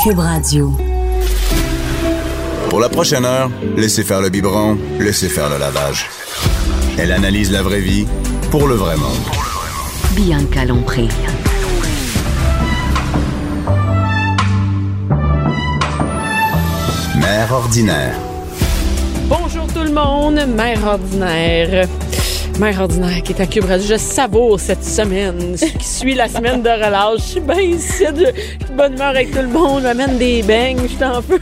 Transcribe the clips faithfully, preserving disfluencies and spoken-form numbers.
Cube Radio. Pour la prochaine heure, laissez faire le biberon, laissez faire le lavage. Elle analyse la vraie vie pour le vrai monde. Bianca Lompré. Mère ordinaire. Bonjour tout le monde, Mère ordinaire. Mère ordinaire qui est à Cube Radio. Je savoure cette semaine qui suit la semaine de relâche. Je suis bien ici, je suis de bonne humeur avec tout le monde. Je m'amène des beignes, je suis en feu.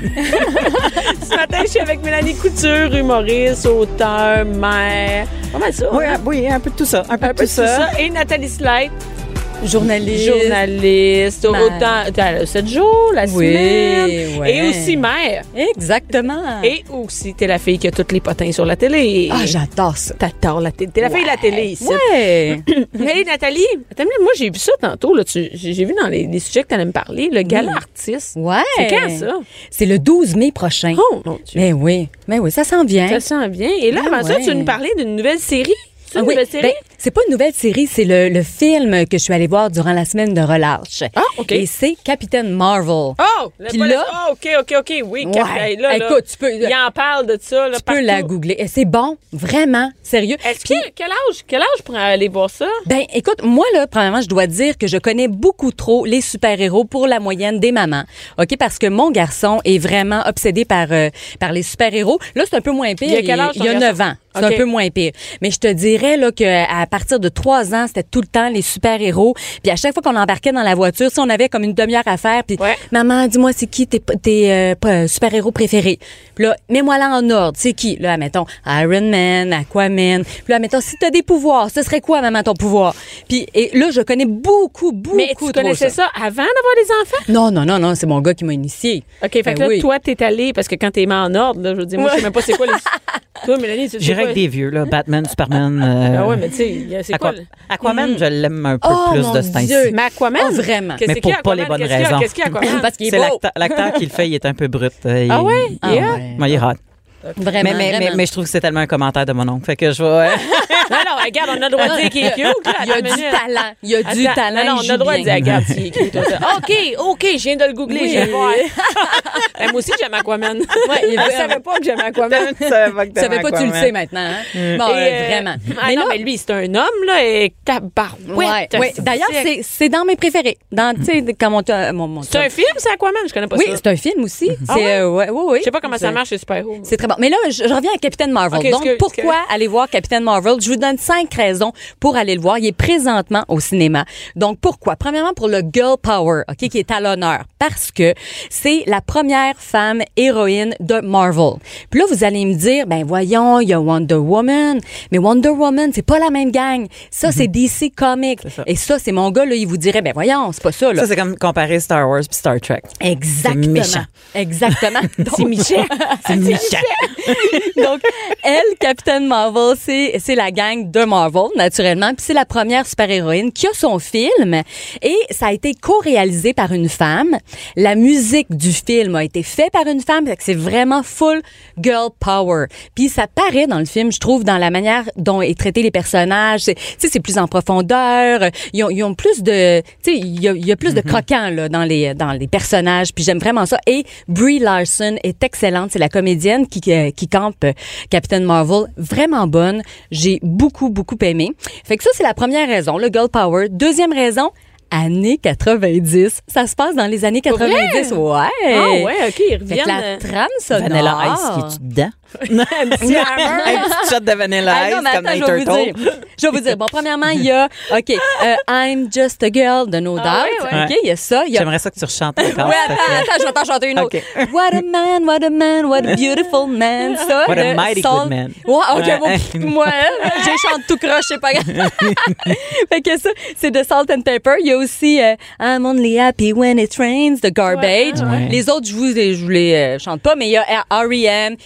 Ce matin, je suis avec Mélanie Couture, humoriste, auteur, mère. Pas mal ça. Oui, hein? oui, un peu de tout ça. Un peu, Un de peu tout ça. Et Nathalie Slate. Journaliste. Journaliste. Mère. Autant. T'as sept jours, la Oui, semaine. ouais. Et aussi mère. Exactement. Et aussi, t'es la fille qui a tous les potins sur la télé. Ah, j'adore ça. T'adores la télé. T'es la fille de la télé ici. Ouais. Hey Nathalie, attends, moi j'ai vu ça tantôt. Là, tu, j'ai j'ai vu dans les, les sujets que tu allais me parler, le gala Oui. artiste. Ouais. C'est quand ça? C'est le douze mai prochain. Oh mon Dieu. Mais oui, mais oui, ça s'en vient. Ça sent bien. Et là, Ben avant ça, ouais. tu veux nous parler d'une nouvelle série? C'est Ah une oui, nouvelle série? ben, c'est pas une nouvelle série, c'est le, le film que je suis allée voir durant la semaine de relâche. Ah, OK. Et c'est Captain Marvel. Oh! Le, Puis pas là- le- oh, OK, OK, OK. Oui, Ouais. Cap- hey, là, là, Écoute, tu peux- il en parle de ça. Là, Tu peux la googler. Et c'est bon, vraiment, sérieux. Est-ce Puis- que, quel âge, quel âge pour aller voir ça? Ben, écoute, moi, là, premièrement, je dois dire que je connais beaucoup trop les super-héros pour la moyenne des mamans. OK? Parce que mon garçon est vraiment obsédé par, euh, par les super-héros. Là, c'est un peu moins pire. Il y a quel âge, Il y a ton neuf garçon? ans. C'est OK. un peu moins pire. Mais je te dirais, là, qu'à partir de trois ans, c'était tout le temps les super-héros. Puis à chaque fois qu'on embarquait dans la voiture, si on avait comme une demi-heure à faire, puis Ouais. maman, dis-moi, c'est qui tes, tes euh, pas- super-héros préférés? Puis là, mets-moi là en ordre. C'est qui? Là, mettons, Iron Man, Aquaman. Puis là, mettons, si t'as des pouvoirs, ce serait quoi, maman, ton pouvoir? Puis et là, je connais beaucoup, beaucoup Mais tu trop connaissais ça. avant d'avoir des enfants? Non, non, non, non, c'est mon gars qui m'a initié. OK, fait Ben que là, oui. toi, t'es allé, parce que quand t'es mis en ordre, là, je veux dire, moi, je sais même pas c'est quoi les. Toi, Mélanie, tu sais J'irais quoi? avec des vieux, là. Batman, Superman. Euh, Ah ouais, mais tu sais, il y a- c'est quoi? Aqua- le- Aquaman, je l'aime un peu Oh, plus mon de ce temps-ci. Dieu. Mais Aquaman? Oh, vraiment. Qu'est-ce Mais qu'il pour y a, pas les Aquaman? bonnes Qu'est-ce qu'il y a? raisons. Qu'est-ce qu'il y a, Aquaman? Parce qu'il est C'est beau. l'acteur, l'acteur qui le fait, il est un peu brut. Euh, Ah il- ouais? Ah Yeah? ouais. Ouais, il est hot. Vraiment, Mais, mais, mais, vraiment. mais je trouve que c'est tellement un commentaire de mon oncle. Fait que je vais. Non, non, regarde, on a le droit de dire qu'il est cute. Là, Il y a attends du une minute. talent. Il y a du Attends, talent. Non, non, il on a le droit joue de dire, bien. regarde, il est cute. OK, OK, je viens de le googler, Oui. je vais voir. Ben, moi aussi, j'aime Aquaman. Ouais, il est Je vraiment- savais pas que j'aimais Aquaman. Je savais pas que Tu savais pas, tu le sais maintenant. Hein? Bon, Et, euh, euh, vraiment. Ah non, mais lui, c'est un homme, là, et tabarouette. Ouais, ouais. D'ailleurs, c'est, c'est dans mes préférés. Dans, tu sais, quand mon, mon, mon C'est un film, c'est Aquaman? Je connais pas Oui, ça. c'est un film aussi. Ah C'est, ouais? euh, ouais, ouais, ouais. Je sais pas comment ça C'est- marche, c'est super-héros. C'est très bon. Mais là, je, je reviens à Captain Marvel. Ok, Donc, excuse- pourquoi aller voir Captain Marvel? Je vous donne cinq raisons pour aller le voir. Il est présentement au cinéma. Donc, pourquoi? Premièrement, pour le Girl Power, OK, qui est à l'honneur. Parce que c'est la première femme héroïne de Marvel. Puis là, vous allez me dire, ben voyons, il y a Wonder Woman. Mais Wonder Woman, c'est pas la même gang. Ça, c'est D C Comics. C'est ça. Et ça, c'est mon gars, là, il vous dirait, ben voyons, c'est pas ça, là. Ça, c'est comme comparer Star Wars puis Star Trek. Exactement. C'est méchant. Exactement. C'est Michel. C'est méchant. Donc, elle, Captain Marvel, c'est, c'est la gang de Marvel, naturellement. Puis c'est la première super-héroïne qui a son film. Et ça a été co-réalisé par une femme. La musique du film a été faite par une femme. Fait que c'est vraiment full girl power. Puis ça paraît dans le film, je trouve, dans la manière dont est traité les personnages. C'est, tu sais, c'est plus en profondeur. Ils ont, ils ont plus de, tu sais, il y a, il y a plus de croquants, là, dans les, dans les personnages. Puis j'aime vraiment ça. Et Brie Larson est excellente. C'est la comédienne qui, euh, qui campe euh, Captain Marvel. Vraiment bonne. J'ai beaucoup, beaucoup aimé. Fait que ça, c'est la première raison, le girl power. Deuxième raison, années quatre-vingt-dix. Ça se passe dans les années quatre-vingt-dix. Ouais. Ah ouais, OK, ils Fait reviennent. que la trame sonore. Vanilla Ice, qui est-tu dedans? Un petit hammer. Un petit shot de Vanilla Ah Ice non, mais comme dans attends, les je vais vous Turtles. dire. Je vais vous dire. Bon, premièrement, il y a, OK, euh, I'm Just a Girl de No Doubt. Ah ouais, ouais. OK, il y a ça. Il y a J'aimerais ça que tu rechantes encore. Ouais, s'il te plaît. attends, attends, je vais t'en chanter une autre. OK. What a man, what a man, what a beautiful man. Ça, What a le mighty son- good man. Ouais, OK, Ouais. bon, moi, j'ai chante tout croche, c'est pas grave. Fait que ça, c'est de Salt and Pepper. Il y a aussi euh, I'm only happy when it rains, de Garbage. Ouais, ouais. Les autres, je vous, je vous les euh, chante pas, mais il y a R E M, Donc, T la,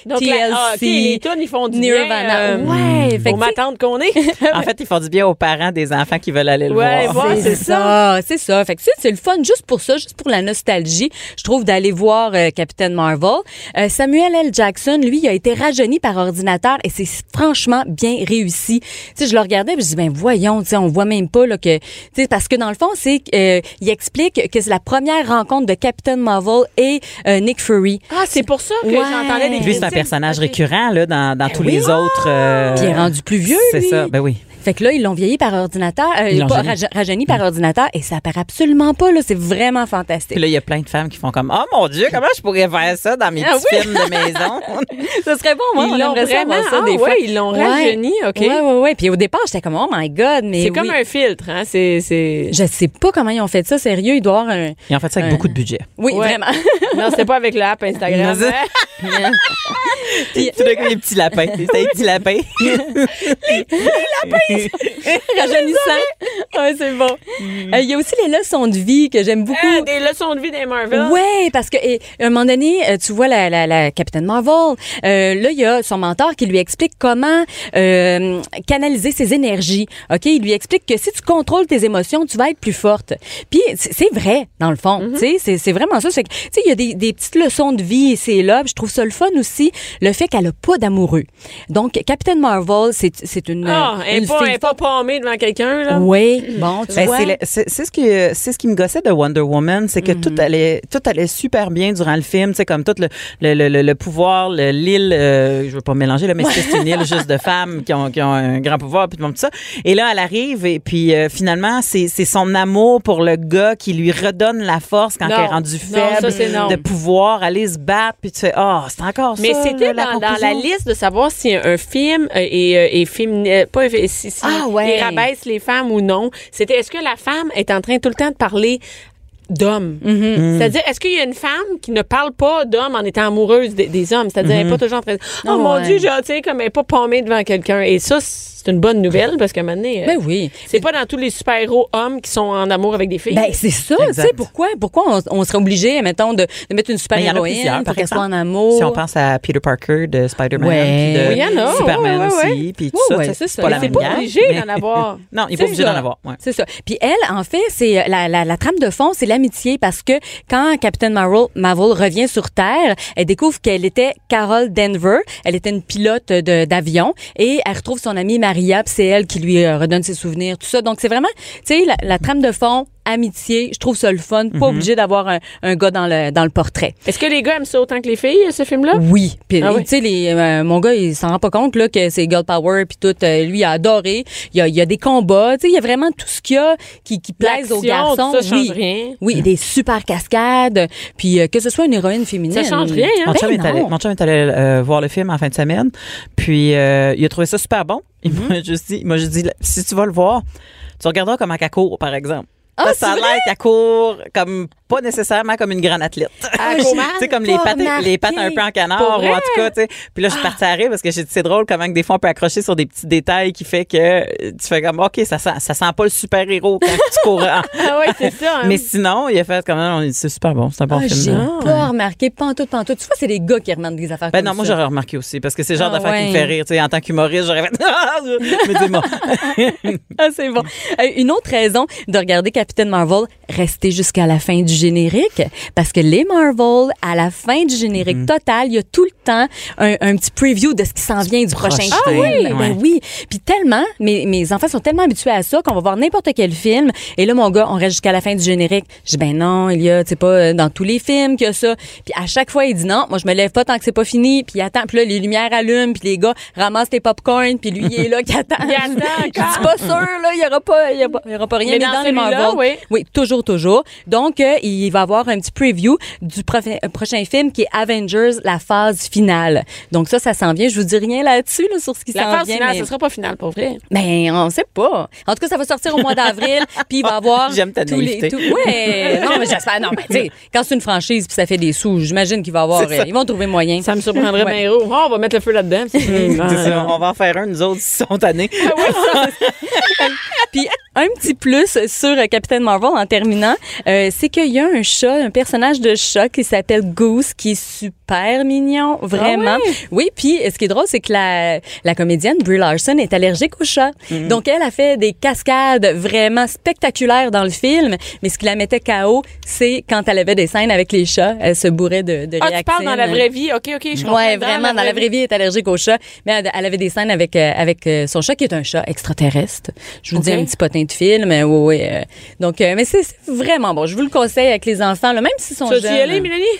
Ah, OK, les tunes, ils font du Nirvana. bien. euh, Ouais, fait Pour que, ma tante qu'on est. En fait, ils font du bien aux parents des enfants qui veulent aller le Ouais, voir. voir. c'est c'est ça, c'est ça. Fait que tu sais, c'est le fun juste pour ça, juste pour la nostalgie. Je trouve d'aller voir euh, Captain Marvel. Euh, Samuel L. Jackson, lui, il a été rajeuni par ordinateur et c'est franchement bien réussi. Tu sais, je le regardais, et je dis ben voyons, tu sais, on voit même pas là que, tu sais, parce que dans le fond, c'est euh, il explique que c'est la première rencontre de Captain Marvel et euh, Nick Fury. Ah, c'est pour ça que Ouais. j'entendais des Lui, c'est un critiques. personnage Ok. récurrent là, dans, dans tous oui. les autres. euh, Puis il est rendu plus vieux, C'est lui. ça, ben oui. Fait que là, ils l'ont vieilli par ordinateur, euh, Ils l'ont pas rajeuni. raje- rajeuni par ordinateur et ça apparaît absolument pas là, c'est vraiment fantastique. Puis là, il y a plein de femmes qui font comme « Oh mon Dieu, comment je pourrais faire ça dans mes Ah petits oui. films de maison? Ça serait bon, moi, Ils on l'ont aimerait ça vraiment, avoir ça ah des fois. ouais, ils l'ont Ouais. rajeuni, OK. Ouais, ouais, ouais. Puis au départ, j'étais comme, oh my God, mais C'est oui. comme un filtre, hein? C'est. c'est... Je sais pas comment ils ont fait ça, sérieux. Il doit y avoir un. » Ils ont fait ça avec Euh. beaucoup de budget. Oui, Ouais. vraiment. Non, c'était pas avec l'app Instagram. Non, hein? Puis, tout d'un coup, les petits lapins. C'est des petits lapins. Rajeunissant. Ouais, c'est bon. Euh, Il y a aussi les leçons de vie que j'aime beaucoup. Ah, des leçons de vie des Marvel. Ouais, parce que et, à un moment donné, euh, tu vois la, la, la Capitaine Marvel. Euh, là, il y a son mentor qui lui explique comment euh, canaliser ses énergies. Ok, il lui explique que si tu contrôles tes émotions, tu vas être plus forte. Puis c'est c'est vrai dans le fond. Tu sais, c'est c'est vraiment ça. C'est que, tu sais, il y a des, des petites leçons de vie et c'est là. Puis je trouve ça le fun aussi, le fait qu'elle a pas d'amoureux. Donc Capitaine Marvel, c'est c'est une Ah, elle une n'est pas, fille elle est pas pommée devant quelqu'un, là. Oui, bon, tu Ben, vois. c'est le- c'est c'est ce qui c'est ce qui me gossait de Wonder Woman, c'est que tout allait tout allait super bien durant le film, tu sais, comme tout le le, le, le- le pouvoir, le- l'île, euh, je veux pas mélanger là, mais c'est une île juste de femmes qui ont qui ont un grand pouvoir puis tout ça. Et là, elle arrive et puis euh, finalement, c'est c'est son amour pour le gars qui lui redonne la force quand Non. elle est rendue Non, ça, faible, c'est non. de pouvoir aller se battre puis tu fais ah, c'est encore Mais ça. c'était là, dans, dans la conclusion. liste de savoir si un film euh, est, euh, est féminin, euh, pas si, si Ah, ouais. il rabaisse les femmes ou non. C'était est-ce que la femme est en train tout le temps de parler d'hommes? C'est-à-dire, est-ce qu'il y a une femme qui ne parle pas d'hommes en étant amoureuse des, des hommes? C'est-à-dire, elle n'est pas toujours en train de oh Ah, mon ouais. Dieu, genre, tu sais, comme elle n'est pas pommée devant quelqu'un. Et ça, c'est une bonne nouvelle parce qu'à un moment donné, euh, Ben oui. c'est pas dans tous les super-héros hommes qui sont en amour avec des filles. Ben, c'est ça, tu Exact. sais, pourquoi, pourquoi on, on serait obligé, mettons, de, de mettre une Ben, il y en a super-héroïne plusieurs, pour par qu'elle soit en exemple. amour? Si on pense à Peter Parker de Spider-Man, Ouais. puis de Oui, il y en a. Superman Ouais, ouais, ouais. aussi, puis tout Ouais, ça, ouais, tu sais, c'est c'est ça. pas Mais la c'est même pas gang, obligé mais- d'en avoir. Non, il n'est C'est pas obligé ça. d'en avoir. Ouais. C'est ça. Puis elle, en fait, c'est la, la, la trame de fond, c'est l'amitié parce que quand Captain Marvel, Marvel revient sur Terre, elle découvre qu'elle était Carol Danvers. Elle était une pilote de- d'avion et elle retrouve son amie Maria, puis c'est elle qui lui euh, redonne ses souvenirs, tout ça. Donc c'est vraiment, tu sais, la, la trame de fond, amitié, je trouve ça le fun, pas obligé d'avoir un, un gars dans le dans le portrait. Est-ce que les gars aiment ça autant que les filles, ce film-là? Oui, puis Ah oui. tu sais les euh, mon gars il s'en rend pas compte là que c'est girl power puis tout euh, lui il a adoré, il y a il y a des combats, tu sais il y a vraiment tout ce qu'il y a qui qui plaise aux L'action, garçons. tout ça change oui. rien. Oui, des super cascades, puis euh, que ce soit une héroïne féminine. Ça change rien, hein? Mon chum Ben est allé, non. mon chum est allé euh, voir le film en fin de semaine, puis euh, il a trouvé ça super bon. Il Mm-hmm. m'a juste dit, il m'a juste dit, si tu vas le voir, tu regarderas comment elle court, par exemple. Ah, Parce que ça a c'est l'air qu'elle court comme pas nécessairement comme une grande athlète. Ah, Tu comment? sais, comme les Pas pattes, les pattes un remarqué. peu en canard, Pour ou vrai? en tout cas, tu sais. Puis là, je suis partie à rire parce que j'ai dit, c'est drôle comment que des fois on peut accrocher sur des petits détails qui fait que euh, tu fais comme, OK, ça sent, ça sent pas le super-héros quand tu cours. en- Ah oui, c'est ça. hein. Mais sinon, il a fait comme, non, c'est super bon, c'est un bon Ah, film. j'ai là. pas remarqué pantoute pantoute. Tu vois c'est les gars qui remarquent des affaires Ben comme non, moi ça. j'aurais remarqué aussi parce que c'est le genre Ah, d'affaire qui me ouais. fait rire. Tu sais, en tant qu'humoriste, j'aurais fait. Mais dis-moi. Ah, c'est bon. Euh, une autre raison de regarder Captain Marvel, rester jusqu'à la fin du générique. Parce que les Marvel, à la fin du générique Mm-hmm. total, il y a tout le temps un, un petit preview de ce qui s'en vient du prochain prochain. film. Ah oui? Ben Ouais. oui. Puis tellement, mes, mes enfants sont tellement habitués à ça qu'on va voir n'importe quel film. Et là, mon gars, on reste jusqu'à la fin du générique. Je dis, ben non, il y a, tu sais pas, euh, dans tous les films qu'il y a ça. Puis à chaque fois, il dit non, moi, je me lève pas tant que c'est pas fini. Puis il attend. Puis là, les lumières allument. Puis les gars ramassent les popcorn. Puis lui, il est là qui attend. Il attend Je dis pas sûr, là, il y aura pas, il y aura, il y aura pas rien. Mais Mais, dans dans, les celui-là, Marvel, oui. oui, toujours, toujours. Donc, euh, il va avoir un petit preview du profi- euh, prochain film qui est Avengers, la phase finale. Donc ça, ça s'en vient. Je vous dis rien là-dessus, là, sur ce qui La s'en phase vient. finale, mais... ce sera pas finale, pour vrai. Ben, on sait pas. En tout cas, ça va sortir au mois d'avril, puis il va avoir J'aime ta tous les naïveté. tout. Ouais, non, mais j'espère non, mais tu sais, quand c'est une franchise puis ça fait des sous, j'imagine qu'il va avoir C'est ça. euh, ils vont trouver moyen. Ça me surprendrait Ouais. bien gros. Oh, on va mettre le feu là-dedans. C'est C'est ça, on va en faire un, nous autres, si sont tannés. Puis un petit plus sur euh, Captain Marvel en terminant, euh, c'est qu'il y a un chat, un personnage de chat qui s'appelle Goose, qui est super mignon, vraiment. Ah ouais? Oui, puis ce qui est drôle, c'est que la, la comédienne Brie Larson est allergique aux chats. Mm-hmm. Donc, elle a fait des cascades vraiment spectaculaires dans le film, mais ce qui la mettait K O, c'est quand elle avait des scènes avec les chats, elle se bourrait de, de Ah, réactines. tu parles dans la vraie vie? OK, OK, je comprends. Ouais, vraiment, dans la vraie vie, elle est allergique aux chats, mais elle, elle avait des scènes avec, euh, avec euh, son chat, qui est un chat extraterrestre. Je vous OK. dis un petit potin de film, oui, oui. Euh, donc, euh, mais c'est, c'est vraiment bon. Je vous le conseille avec les enfants, là, même s'ils sont Tu jeunes. vas y aller, Mélanie?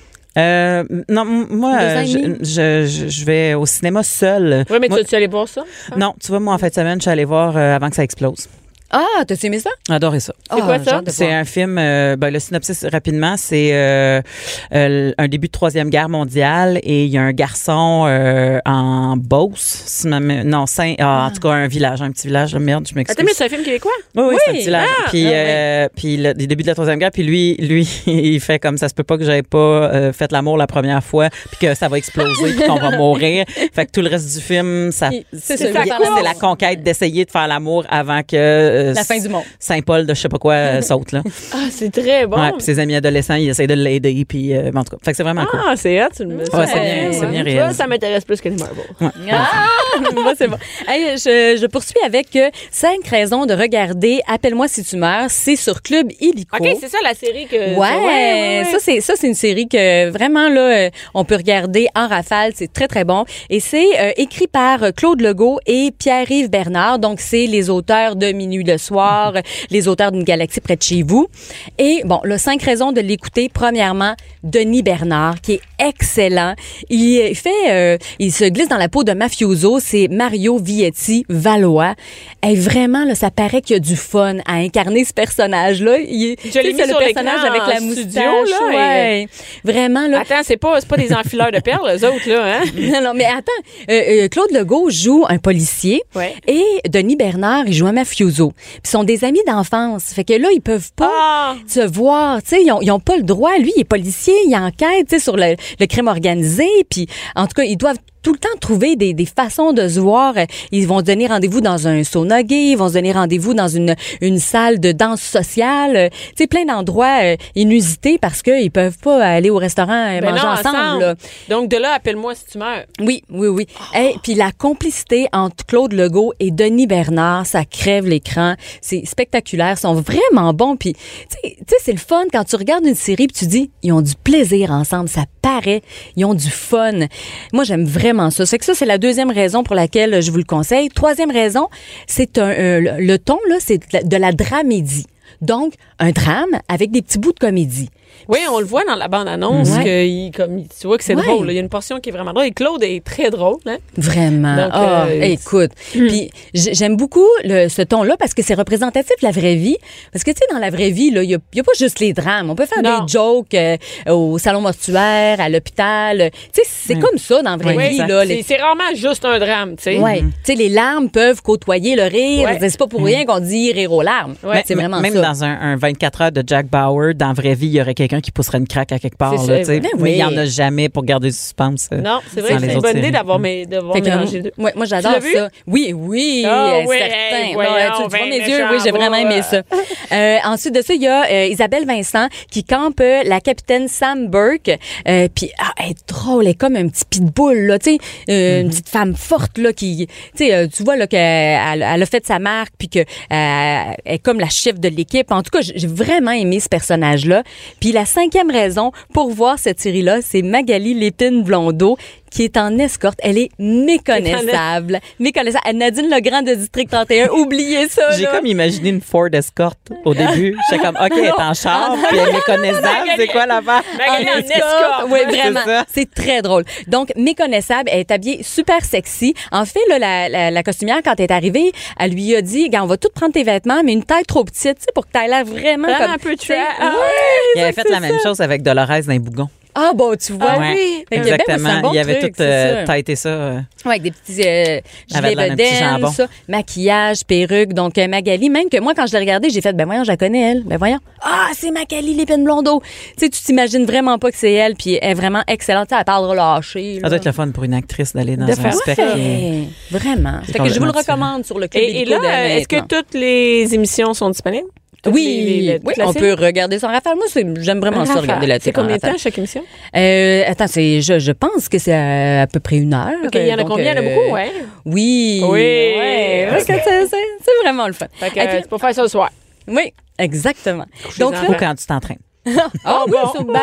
Euh, non, m- moi, Deux euh, ans et je, demi? je, je, je vais au cinéma seule. Oui, mais Moi- tu vas-tu aller voir ça? Non, tu vois, moi, en fin de semaine, je suis allée voir euh, avant que ça explose. Ah, t'as aimé ça? J'ai adoré ça. C'est quoi ça? C'est un film, euh, ben, le synopsis rapidement, c'est euh, euh, un début de Troisième Guerre mondiale et il y a un garçon euh, en Beauce, si ma mé- non, Saint, ah, en tout cas un village, un petit village, merde, je m'excuse. Attends, mais c'est un film québécois? Oui, oui, c'est un Oui. petit village. Ah, puis, ah, euh, puis le, le début de la Troisième Guerre, puis lui, lui, il fait comme ça se peut pas que j'aie pas euh, fait l'amour la première fois, puis que ça va exploser, puis qu'on va mourir. Fait que tout le reste du film, ça, Il- c'est ça, c'est il court. la conquête d'essayer de faire l'amour avant que euh, La fin du monde. Saint-Paul de je sais pas quoi euh, saute là. Ah, c'est très bon. Ouais, puis ses amis adolescents, ils essayent de l'aider, puis euh, en tout cas, fait que c'est vraiment cool. Ah, c'est hot, tu me dis. Ouais, c'est bien- c'est bien Tu vois, réalisé. ça m'intéresse plus que les Marvel. Ah, moi, c'est bon. Hey, je, je poursuis avec euh, cinq raisons de regarder Appelle-moi si tu meurs. C'est sur Club Illico. OK, c'est ça la série que... Ouais, ouais, ouais, ouais. ça c'est ça c'est une série que vraiment là euh, on peut regarder en rafale, c'est très très bon et c'est euh, écrit par euh, Claude Legault et Pierre-Yves Bernard. Donc c'est les auteurs de Minuit le soir, les auteurs d'une galaxie près de chez vous. Et bon, là cinq raisons de l'écouter. Premièrement, Denis Bernard qui est excellent. Il fait euh, il se glisse dans la peau de mafioso, c'est Mario Vietti Valois. Et vraiment là, ça paraît qu'il y a du fun à incarner ce personnage là. Il est, Je l'ai tu sais, mis c'est sur le personnage l'écran avec la en moustache, studio, là, ouais. Vraiment là. Attends, c'est pas, c'est pas des enfileurs de perles, eux autres, là, hein? Non, non, mais attends, euh, euh, Claude Legault joue un policier Ouais. et Denis Bernard, il joue un mafioso. Puis ils sont des amis d'enfance. Fait que là, ils peuvent pas Ah! se voir. Tu sais, ils ont, ils ont pas le droit. Lui, il est policier, il enquête, tu sais, sur le, le crime organisé. Puis, en tout cas, ils doivent tout le temps trouver des, des façons de se voir. Ils vont se donner rendez-vous dans un sauna gay, ils vont se donner rendez-vous dans une, une salle de danse sociale. Tu sais, plein d'endroits euh, inusités parce qu'ils peuvent pas aller au restaurant euh, Ben manger non, ensemble. là. Donc, de là, appelle-moi si tu meurs. Oui, oui, oui. Et puis la complicité entre Claude Legault et Denis Bernard, ça crève l'écran. C'est spectaculaire, ils sont vraiment bons. Puis, tu sais, tu sais, c'est le fun quand tu regardes une série puis tu dis, ils ont du plaisir ensemble, ça paraît, ils ont du fun. Moi, j'aime vraiment ça. C'est que ça, c'est la deuxième raison pour laquelle je vous le conseille. Troisième raison, c'est un, euh, le, le ton, là, c'est de la, de la dramédie. Donc, un drame avec des petits bouts de comédie. Oui, on le voit dans la bande-annonce, Ouais. que il- comme, tu vois que c'est Ouais. drôle. là. Il y a une portion qui est vraiment drôle. Et Claude est très drôle. Hein? Vraiment. Donc, Ah, euh, écoute. Puis j- j'aime beaucoup le, ce ton-là parce que c'est représentatif de la vraie vie. Parce que, tu sais, dans la vraie vie, il n'y a, y a pas juste les drames. On peut faire Non. des jokes euh, au salon mortuaire, à l'hôpital. Tu sais, c'est Oui. comme ça dans la vraie Oui, vie. exact. Là, C'est, les- c'est rarement juste un drame, tu sais. Ouais. Tu sais, les larmes peuvent côtoyer le rire. Ouais. C'est pas pour rien qu'on dit rire aux larmes. Ouais. C'est vraiment Même ça. dans un, un vingt-quatre heures de Jack Bauer, dans la vraie vie, il y aurait quelqu'un qui pousserait une craque à quelque part. C'est Là, ça, tu sais. ben Mais oui. il n'y en a jamais pour garder du suspense. euh, Non, c'est vrai dans que c'est les une autres bonne idée séries. d'avoir, mes, d'avoir Fait que, mélangé les deux. ouais, moi, j'adore Tu l'as vu? ça. Oui, oui, Ah, euh, oui, certain. hey, Non, voyons, euh, tu, tu vois ben mes yeux, méchant, oui, j'ai vraiment va. aimé ça. Euh, ensuite de ça, il y a euh, Isabelle Vincent qui campe euh, la capitaine Sam Burke. Euh, Puis, ah, elle est drôle, elle est comme un petit pitbull, là, tu sais, euh, une petite femme forte, là, qui, tu sais, euh, tu vois, là, qu'elle elle, elle a fait sa marque, puis que euh, elle est comme la chef de l'équipe. En tout cas, j'ai vraiment aimé ce personnage-là. Puis la cinquième raison pour voir cette série-là, c'est Magali Lépine-Blondeau, qui est en escorte. Elle est méconnaissable. Méconnaissable. Nadine Legrand de District trente et un, oubliez ça, J'ai là. comme imaginé une Ford Escort au début. J'étais comme, OK, elle est en char, puis elle est méconnaissable. C'est quoi l'affaire? Magali en En escorte. escorte. Oui, C'est vraiment. ça. C'est très drôle. Donc, méconnaissable, elle est habillée super sexy. En fait, là, la, la, la costumière, quand elle est arrivée, elle lui a dit, gars, on va tout prendre tes vêtements, mais une taille trop petite, tu sais, pour que tu aies l'air vraiment Vraiment comme... un peu tu sais, trap. ouais, Il avait fait la même chose avec Dolores d'un bougon. Ah, bon, tu vois. Ah Ouais. oui. Fait que, ben, c'est un Exactement. bon il avait truc, tout c'est euh, ça. têté ça. euh, Ouais, avec des petits euh, Avait gilets de l'air d'un petit bedaines, jambon. ça, maquillage, perruque. Donc, euh, Magali, même que moi, quand je l'ai regardée, j'ai fait, ben voyons, je la connais, elle. Ben voyons. Ah, c'est Magali Lépine-Blondeau. Tu sais, tu t'imagines vraiment pas que c'est elle, puis elle est vraiment excellente. Tu sais, elle parle relâché. Ça doit être le fun pour une actrice d'aller dans De un faire ça. spectacle. qui est- Ouais, vraiment. C'est Fait que je vous le complètement recommande sur le club Et, et Illico là, de est-ce que maintenant. toutes les émissions sont disponibles? Toutes Oui, les- les- les oui, on classiques? peut regarder sans rafale. Moi, c'est- j'aime vraiment ça, Rafale. regarder la C'est télé en combien de temps rafale. chaque émission? Euh, attends, c'est, je, je pense que c'est à, à peu près une heure. OK, il y en a Donc, combien? Il y en a euh, beaucoup, ouais. Oui. Oui. Ouais, parce que c'est, c'est, c'est vraiment le fun. Fait que, Et puis- euh, tu peux faire ça le soir. oui, exactement. Donc les là, Ou quand tu t'entraînes. ah oui, bon. c'est bien.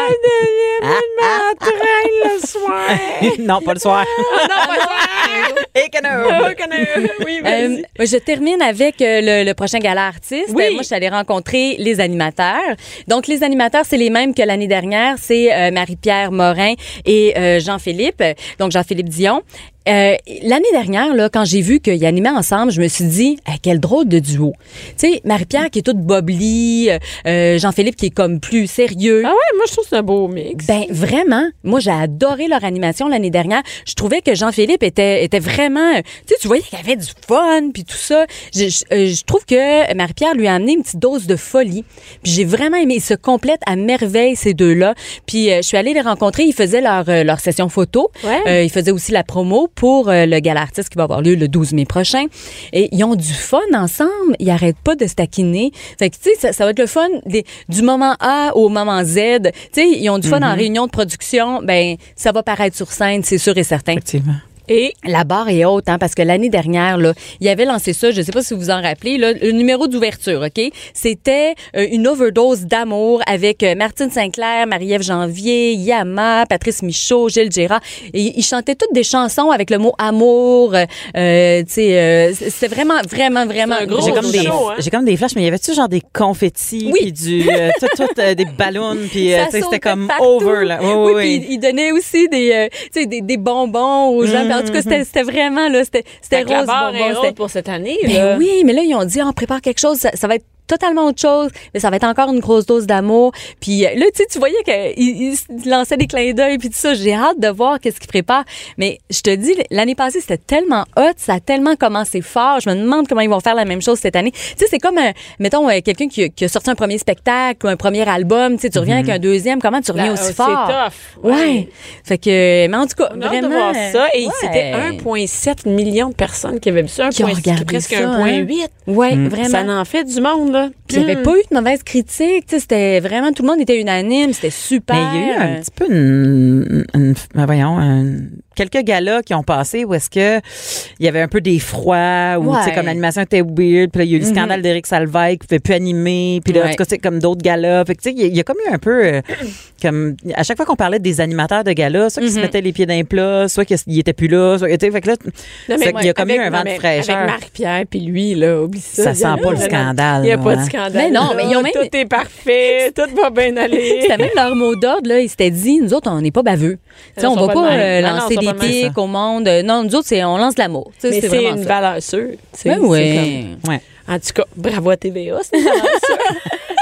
M'entraîne le soir. Non, pas le soir. Non, pas le soir. Et que non. Oui, Euh, vas-y. je termine avec euh, le, le prochain gala artiste. Oui. Euh, moi, je suis allée rencontrer les animateurs. Donc, les animateurs, c'est les mêmes que l'année dernière. C'est euh, Marie-Pierre Morin et euh, Jean-Philippe. Donc, Jean-Philippe Dion. Euh, l'année dernière, là, quand j'ai vu qu'ils animaient ensemble, je me suis dit, hey, quel drôle de duo. Tu sais, Marie-Pierre qui est toute bobli, euh, Jean-Philippe qui est comme plus sérieux. Ah ouais, moi, je trouve que c'est un beau mix. Ben vraiment, moi j'ai adoré leur animation l'année dernière. Je trouvais que Jean-Philippe était était vraiment, tu sais, tu voyais qu'il avait du fun puis tout ça. Je, je, euh, je trouve que Marie-Pierre lui a amené une petite dose de folie. Puis j'ai vraiment aimé. Ils se complètent à merveille ces deux-là. Puis euh, je suis allée les rencontrer. Ils faisaient leur euh, leur session photo. Ouais. Euh, ils faisaient aussi la promo pour euh, le gala artiste qui va avoir lieu le douze mai prochain. Et ils ont du fun ensemble. Ils arrêtent pas de se taquiner. Fait que tu sais, ça, ça va être le fun des, du moment A au moment Z. Tu sais, ils ont du fun en réunion de production. Ben, ça va paraître sur scène, c'est sûr et certain. Effectivement. Et La barre est haute, hein, parce que l'année dernière, là, il avait lancé ça, je sais pas si vous vous en rappelez, là, le numéro d'ouverture, OK? C'était euh, une overdose d'amour avec euh, Martine Sinclair, Marie-Ève Janvier, Yama, Patrice Michaud, Gilles Gérard. Et ils chantaient toutes des chansons avec le mot amour. Euh, euh, tu sais, euh, c'était vraiment, vraiment, vraiment... un gros J'ai Oh, comme, des, chaud, hein? j'ai comme des flashs, mais y avait-tu genre des confettis, Oui. puis du, euh, tout, tout, euh, des ballons, puis euh, Ça tu sais, sautait c'était comme partout. over, là. Oui, Oui, oui, puis oui. il, il donnait aussi des, euh, tu sais, des, des bonbons aux gens. En tout cas, c'était, c'était vraiment, là, c'était, c'était fait que la rose barre bonbon. est c'était- haute pour cette année. Ben là. oui, mais là, ils ont dit, on prépare quelque chose, ça, ça va être totalement autre chose, mais ça va être encore une grosse dose d'amour. Puis euh, là, tu sais, tu voyais qu'il il lançait des clins d'œil puis tout ça. J'ai hâte de voir qu'est-ce qu'il prépare. Mais je te dis, l'année passée, c'était tellement hot, ça a tellement commencé fort. Je me demande comment ils vont faire la même chose cette année. Tu sais, c'est comme, euh, mettons, euh, quelqu'un qui, a- qui a sorti un premier spectacle ou un premier album. Tu sais, tu reviens avec un deuxième. Comment tu reviens Là, aussi euh, fort? C'est tough. Ouais. Fait que, mais en tout cas, On a hâte vraiment. de voir ça. Et ouais. c'était un virgule sept million de personnes qui avaient vu ça. Qui ont un virgule six, regardé presque ça, un virgule huit. Ouais, Mm. vraiment. Ça en fait du monde, là. Puis il n'y avait Mm. pas eu de mauvaise critique. Tu sais, c'était vraiment, tout le monde était unanime. C'était super. Mais il y a eu un petit peu une, une- ben voyons, un- quelques galas qui ont passé où est-ce que il y avait un peu des froids, ou Ouais. tu sais, comme l'animation était weird, puis là, il y a eu le scandale d'Éric Salvaille qui ne pouvait plus animer, puis là, en Ouais. tout cas, c'est comme d'autres galas. Fait que tu sais, il y a- il y, a comme eu un peu, euh, comme, à chaque fois qu'on parlait des animateurs de galas, soit qu'ils se mettaient les pieds d'un plat, soit qu'ils étaient plus là, soit, tu sais, fait que là, Non, c'est mais qu'il y a comme avec- eu un non, vent de mais fraîcheur. Avec Marie-Pierre puis lui, là, oublie ça. Ça Il y a- sent pas le scandale, Il n'y a pas ouais. de scandale. Mais non, là. mais ils ont même- Tout est parfait, tout va bien aller. C'était même leur mot d'ordre, là. Ils s'étaient dit, nous autres, on n'est pas baveux. Tu sais, Non, on ils va sont pas pas de même. euh, Non, non, lancer ils sont des pas de même, pics au monde. Euh, Non, nous autres, c'est, on lance de l'amour. Tu sais, Mais c'est vraiment une ça. valeur sûre. tu sais, Ben c'est oui. Ouais. comme- En tout cas, bravo à T V A, c'est une valeur sûre.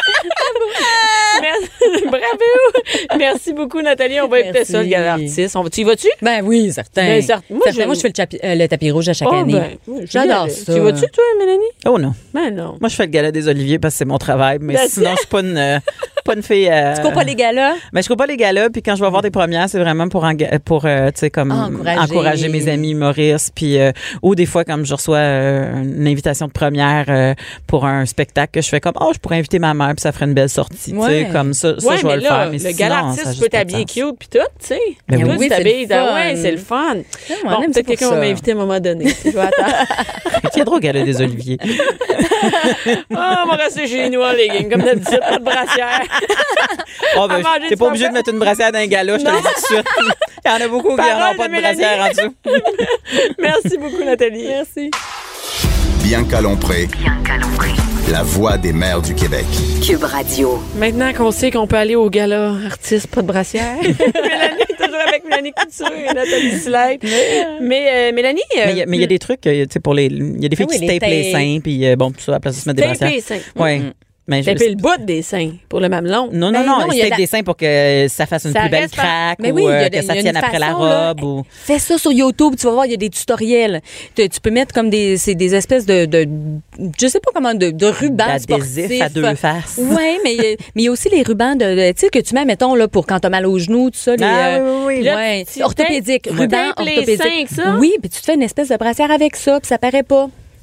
Merci- Bravo! Merci beaucoup, Nathalie. On va écouter Merci. ça, le gala artiste. On va, tu y vas-tu? Ben oui, certain. Ben, certain. Moi, Certain. je- Moi, je fais le, chapi- euh, le tapis rouge à chaque Oh, année. ben, oui, je J'adore vais. ça. Tu y vas-tu, toi, Mélanie? Oh non. Ben non. Moi, je fais le gala des Oliviers parce que c'est mon travail, mais That's sinon, je suis pas une, euh, pas une fille. Euh, Tu cours pas les galas? Mais je cours pas les galas, puis quand je vais voir des premières, c'est vraiment pour enga- pour euh, tu sais comme Ah, encourager. encourager mes amis humoristes, puis euh, ou des fois comme je reçois euh, une invitation de première euh, pour un spectacle que je fais comme oh je pourrais inviter ma mère puis ça ferait une belle sortie, tu Ouais. sais comme ça, ça Ouais, je vais mais le là, faire. Mais le sinon, gala ça a artiste, juste tu peux pas de t'habiller sens. cute puis tout, tu sais. Ben Toi, oui. tu Oui, c'est t'habilles, le fun. ouais, c'est le fun. Ouais, on Bon, aime ça peut-être pour quelqu'un va ça. m'inviter à un moment donné. Je vais attendre. Qui est drôle gala des Oliviers. Ah, on va rester chez nous en legging, comme d'habitude, pas de brassière. Oh, ben, À manger t'es du pas obligé de pain. mettre une brassière dans un gala, je te le Non. dis tout de suite. Il y en a beaucoup qui Parole n'en ont de pas de Mélanie. brassière en dessous. Merci beaucoup, Nathalie. Merci. Bianca Lompré, Bianca Lompré. la voix des mères du Québec. Cube Radio. Maintenant qu'on sait qu'on peut aller au gala artiste, pas de brassière. Mélanie, toujours avec Mélanie Couture et Nathalie Slide. Mais euh, Mélanie. euh, Mais il y a- mais il y a des trucs, euh, tu sais, pour les. Il y a des filles Ah oui, qui se les tapent les tapes. seins, puis euh, bon, tout ça, à la place de se mettre des taper brassières. les seins. Ouais. Mais je- Taper le bout des seins pour le mamelon. Non, non, Ben non, non, ils il y a se tapent la- des seins pour que ça fasse une Ça plus belle reste par- craque Mais ou oui, il y a euh, de- que il y ça a une tienne après la façon, là. robe. Ou... Fais ça sur YouTube, tu vas voir, il y a des tutoriels. Tu, tu peux mettre comme des, c'est des espèces de, de, je sais pas comment, de, de rubans D'adhésif sportifs. à deux faces. Oui, mais il y a- mais il y a aussi les rubans de, de- tu sais, que tu mets, mettons, là, pour quand t'as mal aux genoux, tout ça. Les, Ah, euh, oui, oui, oui. Là, ouais, tu- tu orthopédique, tapes- ruban tu tapes les orthopédique. seins avec ça? Oui, puis tu te fais une espèce de brassière avec ça, puis ça paraît pas.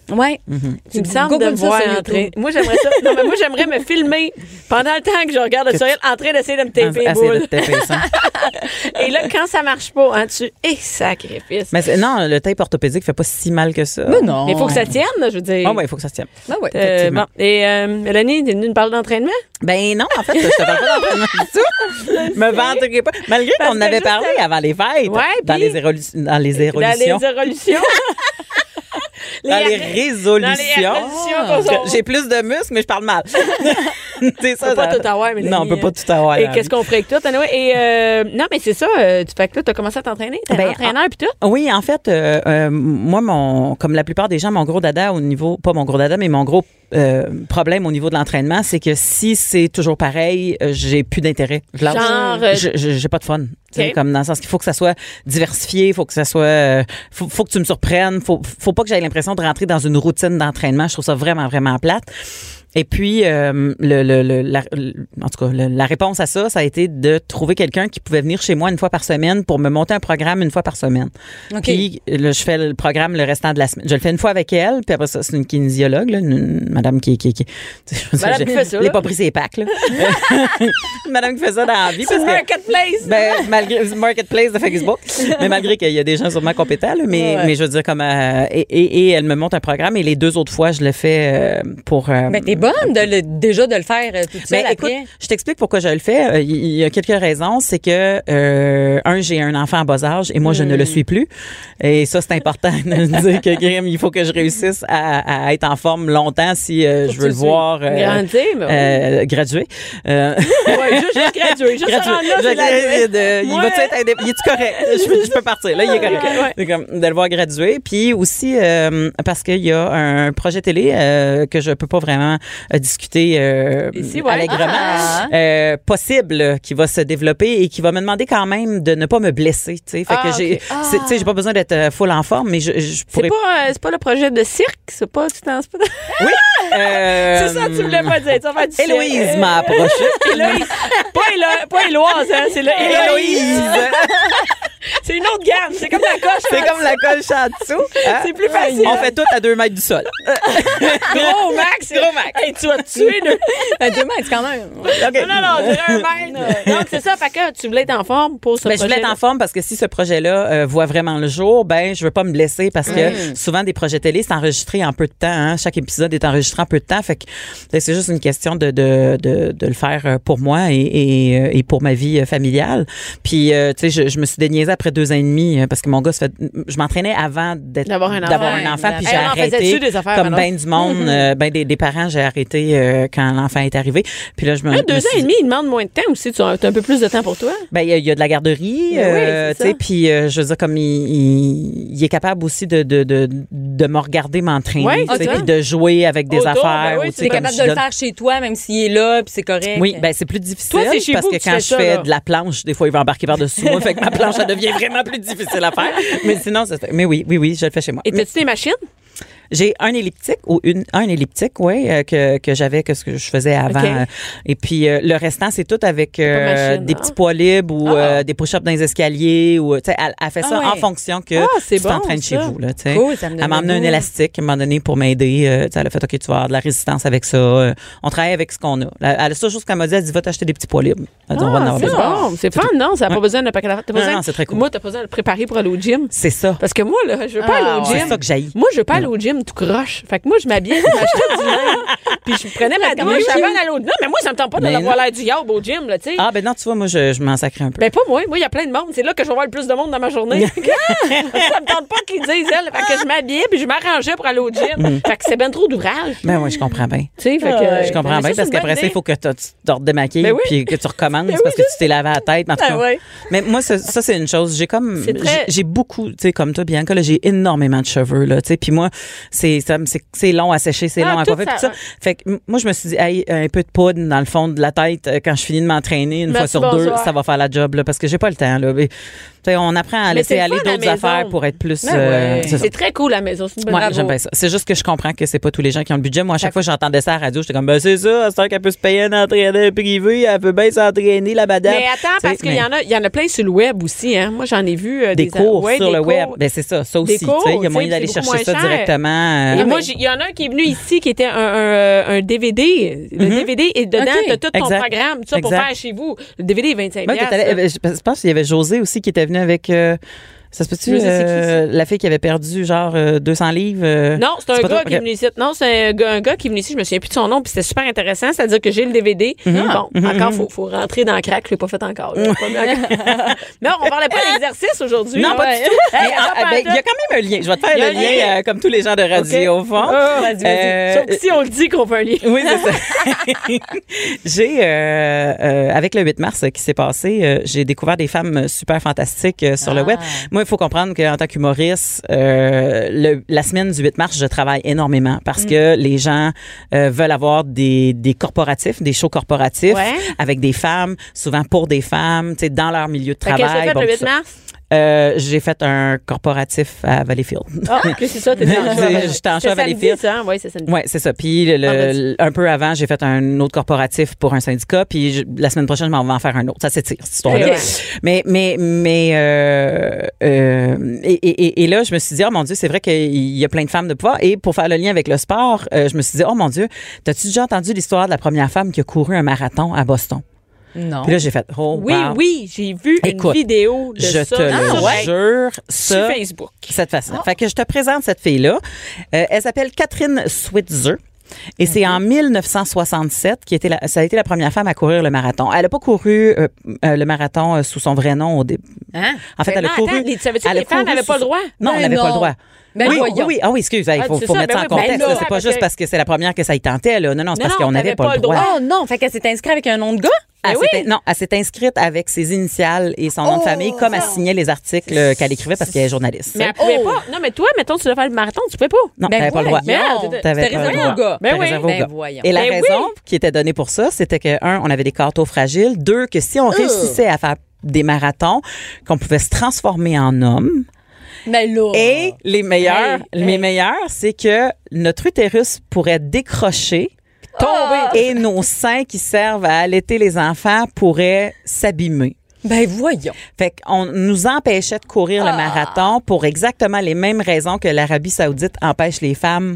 Ouais. Il me semble de Google me ça voir sur en YouTube. train. Moi, j'aimerais ça. Non, mais moi, j'aimerais me filmer pendant le temps que je regarde le soleil en train d'essayer de me taper les Essayer de boules. te taper ça. Et là, quand ça marche pas, hein, tu. Eh, sacrifice. Mais c'est- non, le tape orthopédique fait pas si mal que ça. Mais non. Mais il faut que ça tienne, là, je veux dire. Ah ouais, il faut que ça se tienne. Ben ouais. Euh, effectivement. bon. Et euh, Mélanie, t'es venue nous parler d'entraînement? Ben non, en fait, je te parle pas d'entraînement du tout. Me vanterai pas. Malgré Parce qu'on en que avait juste parlé avant- avant les fêtes. Ouais, dans, puis- les érolu- dans les Dans érolutions. les érolutions. Dans les Dans résolutions. les résolutions qu'on Parce que s'en- J'ai plus de muscles, mais je parle mal. c'est ça. On peut pas ça- tout avoir, Mélanie. Non, on peut pas tout avoir. Et dans la qu'est-ce qu'on ferait avec toi, Tanoé? Et euh, non, mais c'est ça. euh, tu fais que là, t'as commencé à t'entraîner. T'es Ben, entraîneur puis tout. Oui, en fait, euh, euh, moi, mon, comme la plupart des gens, mon gros dada au niveau, pas mon gros dada, mais mon gros euh, problème au niveau de l'entraînement, c'est que si c'est toujours pareil, euh, j'ai plus d'intérêt. Je lâche. Genre, euh, Je- je- j'ai pas de fun. Tu sais, OK. Comme dans le sens qu'il faut que ça soit diversifié, il faut que ça soit, euh, faut, faut que tu me surprennes, faut, faut pas que j'aie l'impression de rentrer dans une routine d'entraînement. Je trouve ça vraiment, vraiment plate. Et puis, euh, le, le, le- la, le- en tout cas, le- la réponse à ça, ça a été de trouver quelqu'un qui pouvait venir chez moi une fois par semaine pour me monter un programme une fois par semaine. OK. Puis, là, je fais le programme le restant de la semaine. Je le fais une fois avec elle, puis après ça, c'est une kinésiologue, là, une, une madame qui... qui, qui je veux dire, Madame j'ai- qui fait ça, Je l'ai là. pas pris ses packs, là. Une madame qui fait ça dans la vie. C'est parce une que- marketplace. ben, malgré Marketplace de Facebook, mais malgré qu'il y a des gens sûrement compétents, là, mais, Ouais. mais je veux dire, comme. euh, et, et, et elle me monte un programme, et les deux autres fois, je le fais euh, pour. euh, Ben, t'es bonne de le, déjà de le faire euh, toute seule ben, écoute, après. je t'explique pourquoi je le fais. Euh, Il il y a quelques raisons. C'est que, euh, un, j'ai un enfant en bas âge et moi, je ne Hmm. le suis plus. Et ça, c'est important de dire que, Grim, il faut que je réussisse à, à être en forme longtemps si euh, Faut je que veux tu le voir euh, grandir, mais ouais. euh, graduer. Euh, Ouais, juste, juste graduer. Juste Gratuit. se rendre là, Je- c'est graduer. de- il Ouais. va-tu être indép- il est-tu correct? Je, peux- je peux partir. Là, il est correct. Ouais. C'est comme de le voir graduer. Puis aussi, euh, parce qu'il y a un projet télé euh, que je peux pas vraiment euh, discuter euh, Ici, ouais. allègrement. Ah. Euh, possible euh, qui va se développer et qui va me demander quand même de ne pas me blesser. Tu sais, fait Ah, que j'ai, ok. c'est- tu sais, j'ai pas besoin d'être euh, full en forme, mais je, je C'est pourrais. pas, euh, c'est pas le projet de cirque, c'est pas, tu t'en c'est pas. Oui. euh, C'est ça, tu voulais pas dire. Tu vas faire du cirque. Héloïse m'a approché. Héloïse. Pas, Élo- pas Éloise, hein, c'est le Héloïse. Héloïse. C'est une autre gamme, c'est comme la coche. C'est comme la coche en dessous. hein? C'est plus facile. On fait tout à deux mètres du sol. Gros max. Gros max. Hey, tu vas te tuer, là. Ben, deux mètres quand même. OK. Non, non, non, c'est un mètre. Donc, c'est ça, fait que tu voulais être en forme pour ce Ben, je voulais projet. être en forme parce que si ce projet-là euh, voit vraiment le jour, ben je veux pas me blesser parce que souvent des projets télé c'est enregistré en peu de temps. Hein? Chaque épisode est enregistré en peu de temps, fait que ben, c'est juste une question de de, de, de le faire euh, pour moi et, et, euh, et pour ma vie euh, familiale. Puis euh, tu sais, je, je me suis déniaisée après deux ans et demi euh, parce que mon gars, ça fait, je m'entraînais avant d'être D'avoir un enfant. d'avoir un enfant, puis Hey, j'ai on en arrêté faisait-tu des affaires, comme alors? ben du monde, euh, ben des, des parents, j'ai arrêté euh, quand l'enfant est arrivé. Puis là je me Un, me deux ans suis- et demi, il demande moins de temps aussi. Tu as un peu plus de temps pour toi. Ben il y, a- il y a de la garderie, Ben oui, euh, c'est tu sais, ça. puis euh, je veux dire comme il, il, il est capable aussi de de de, de me regarder m'entraîner, Oui, tu sais, ok. puis de jouer avec des Autour, affaires. ben oui, ou, tu tu sais, T'es comme capable je de le donne- faire chez toi, même s'il est là, puis c'est correct. Oui, ben c'est plus difficile Toi, c'est chez parce vous que que tu quand fais je ça, fais là. de la planche, des fois il va embarquer par-dessus moi, fait que ma planche ça devient vraiment plus difficile à faire. Mais sinon ça se fait. Mais oui, oui, oui, je le fais chez moi. Et Mais t'as-tu des machines? j'ai un elliptique ou une un elliptique, ouais, euh, que que j'avais que ce que je faisais avant. OK. euh, et puis euh, le restant c'est tout avec pas euh, machine, des hein? petits poids libres ou Ah. euh, des push-ups dans les escaliers ou tu sais elle, elle fait ça Ah ouais. en fonction que Ah, c'est tu bon, t'entraînes chez ça. vous là, tu sais. Cool, ça me donne Elle m'a emmené le un goût. élastique à un moment donné pour m'aider. euh, tu sais, elle a fait OK, tu vas avoir de la résistance avec ça. Euh, on travaille avec ce qu'on a. La, elle a ça juste qu'elle m'a dit, elle dit va t'acheter des petits poids libres. Elle dit, on va en Ah, avoir c'est besoin. bon. C'est fun, non? Ça n'a pas besoin de paquet d'affaires. T'as pas Non, besoin- non, c'est très cool. Moi, t'as pas besoin de le préparer pour aller au gym. C'est ça. Parce que moi, là, je veux pas Ah, aller au C'est gym. ça que j'haïs. Moi, je veux pas aller au gym tout croche. Fait que moi, je m'habillais, je m'achetais du linge, puis je prenais ma Comment douche au avant gym? d'aller au gym. Non, mais moi, ça me tente pas Mais d'avoir non. l'air du yob au gym, là, tu sais. Ah ben non, tu vois, moi je, je m'en sacre un peu. Ben, pas moi. Moi, il y a plein de monde. C'est là que je vais voir le plus de monde dans ma journée. ça me tente pas qu'ils disent, elle. Fait que je m'habillais, puis je m'arrangeais pour aller au gym. Fait que c'est ben trop d'ouvrage. Ben oui, je comprends bien. Tu sais, fait que. Je comprends Ben, bien ça, c'est parce une qu'après bonne ça, il idée. faut que tu te redémaquilles Ben oui. puis que tu recommences Ben parce oui, que tu t'es lavé la tête. En tout Ah cas. ouais. Mais moi, ça, ça, c'est une chose. J'ai comme. C'est très- J'ai j'ai beaucoup, tu sais, comme toi, Bianca, là, j'ai énormément de cheveux, là, tu sais. Puis moi, c'est ça me- c'est c'est long à sécher, c'est Ah, long à tout coiffer, ça, tout ça. ouais. Fait que m- moi, je me suis dit, hey, un peu de poudre dans le fond de la tête euh, quand je finis de m'entraîner une Merci, fois sur deux, bonsoir. ça va faire la job, là, parce que j'ai pas le temps, là. Mais Tu sais, on apprend à Mais laisser c'est aller le fun, la d'autres maison. affaires pour être plus... Ben euh, ouais. c'est ça. C'est très cool, la maison. C'est une bonne Moi, bravo. j'aime bien ça. C'est juste que je comprends que c'est pas tous les gens qui ont le budget. Moi, à chaque fois que j'entendais ça à la radio, j'étais comme, ben, c'est ça, c'est sûr qu'elle peut se payer un entraîneur privé, elle peut bien s'entraîner, la madame. Mais attends, parce T'sais, qu'il y en a, il y en a plein sur le web aussi, hein. Moi, j'en ai vu euh, des, des cours ouais, sur des le cours. web. Ben, c'est ça, ça Des aussi. cours, tu sais, il y a tu moyen sais, d'aller c'est chercher beaucoup ça moins cher. directement. Et euh, moi, j'ai- il y en a un qui est venu ici qui était un, un, un D V D. Le D V D, et dedans, OK. t'as tout ton Exact. programme, tout ça pour Exact. faire chez vous. Le D V D est vingt-cinq Ben, piastres, t'es allé- ça. je pense qu'il y avait José aussi qui était venu avec. euh, ça se peut-tu? Je sais c'est qui, euh, la fille qui avait perdu genre euh, deux cents livres. euh, Non, c'est un pas gars toi? qui est Ok. venu ici. Non, c'est un gars, un gars qui est venu ici. Je me souviens plus de son nom, puis c'était super intéressant. C'est-à-dire que j'ai le D V D. Bon, encore, faut, faut rentrer dans le crack. Je l'ai pas fait encore. là. Pas bien. Non, on parlait pas d'exercice aujourd'hui. Non, pas Ouais. du tout. Hey, Mais, ah, attends, ben, il y a attends. quand même un lien. Je vais te faire Il y a le un lien, lien. euh, comme tous les gens de radio, OK. au fond. Ah, vas-y, vas-y. Euh, Sauf que si on le dit qu'on fait un lien. Oui, c'est ça. j'ai, euh, euh, avec le huit mars qui s'est passé, euh, j'ai découvert des femmes super fantastiques euh, sur le Ah. web. Moi, il faut comprendre qu'en tant qu'humoriste, euh, le- la semaine du huit mars, je travaille énormément parce que les gens euh, veulent avoir des, des corporatifs, des shows corporatifs Ouais. avec des femmes, souvent pour des femmes, tu sais, dans leur milieu de Fait qu'est-ce que travail. t'as fait bon, le tout huit ça. mars? Euh, j'ai fait un corporatif à Valleyfield. Ah, ok, c'est ça, t'es dans le show. J'étais en show à C'est samedi, Valleyfield. ça? Oui, c'est samedi. Oui, c'est ça. Puis le- le- Vendredi. un peu avant, j'ai fait un autre corporatif pour un syndicat. Puis je- la semaine prochaine, je m'en vais en faire un autre. Ça s'étire, cette histoire-là. Ouais. Mais, mais, mais, euh, euh, et, et, et là, je me suis dit, oh mon Dieu, c'est vrai qu'il y a plein de femmes de pouvoir. Et pour faire le lien avec le sport, euh, je me suis dit, oh mon Dieu, t'as-tu déjà entendu l'histoire de la première femme qui a couru un marathon à Boston? Non. Puis là, j'ai fait, oh, Oui, wow. oui, j'ai vu Écoute, une vidéo de Je ça. te le Ah, ouais. jure, Sur ça, Facebook. cette façon. Fait que je te présente cette fille-là. Euh, elle s'appelle Catherine Switzer. Et c'est en mille neuf cent soixante-sept qui était la, ça a été la première femme à courir le marathon. Elle n'a pas couru euh, euh, le marathon euh, sous son vrai nom au début. Hein? En fait, elle a Non, couru. attends, les- savais-tu que elle a les femmes couru n'avaient sous pas le son- droit? Non, on Ben n'avait pas le non. droit. Ben oui, voyons. oui, oui. Ah oui, excuse. Il Ah, faut, c'est faut ça, mettre ben ça en oui, ben contexte. là, là. C'est pas parce juste que- parce que c'est la première que ça y tentait. Là. Non, non, c'est Non, parce non, qu'on n'avait t'avais pas, le droit. Oh non, fait qu'elle s'est inscrite avec un nom de gars? Elle Ben s'est- Non, elle s'est inscrite avec ses initiales et son nom de Oh, famille, comme elle ça. signait les articles euh, qu'elle écrivait parce qu'elle est journaliste. Mais elle pouvait Oh. pas. Non, mais toi, mettons, tu dois faire le marathon, tu pouvais pas. Non, Ben t'avais pas le droit. voyons. Mais T'avais C'était pas le réservé droit. aux gars. Ben C'était oui. réservé aux Ben gars. voyons. Et la Ben raison oui. qui était donnée pour ça, c'était que, un, on avait des cartes fragiles. Deux, que si on réussissait à faire des marathons, qu'on pouvait se transformer en homme. Mais là. Et les meilleurs, Hey, les hey. meilleurs, c'est que notre utérus pourrait décrocher, tomber, et nos seins qui servent à allaiter les enfants pourraient s'abîmer. Ben voyons. Fait qu'on nous empêchait de courir le marathon pour exactement les mêmes raisons que l'Arabie Saoudite empêche les femmes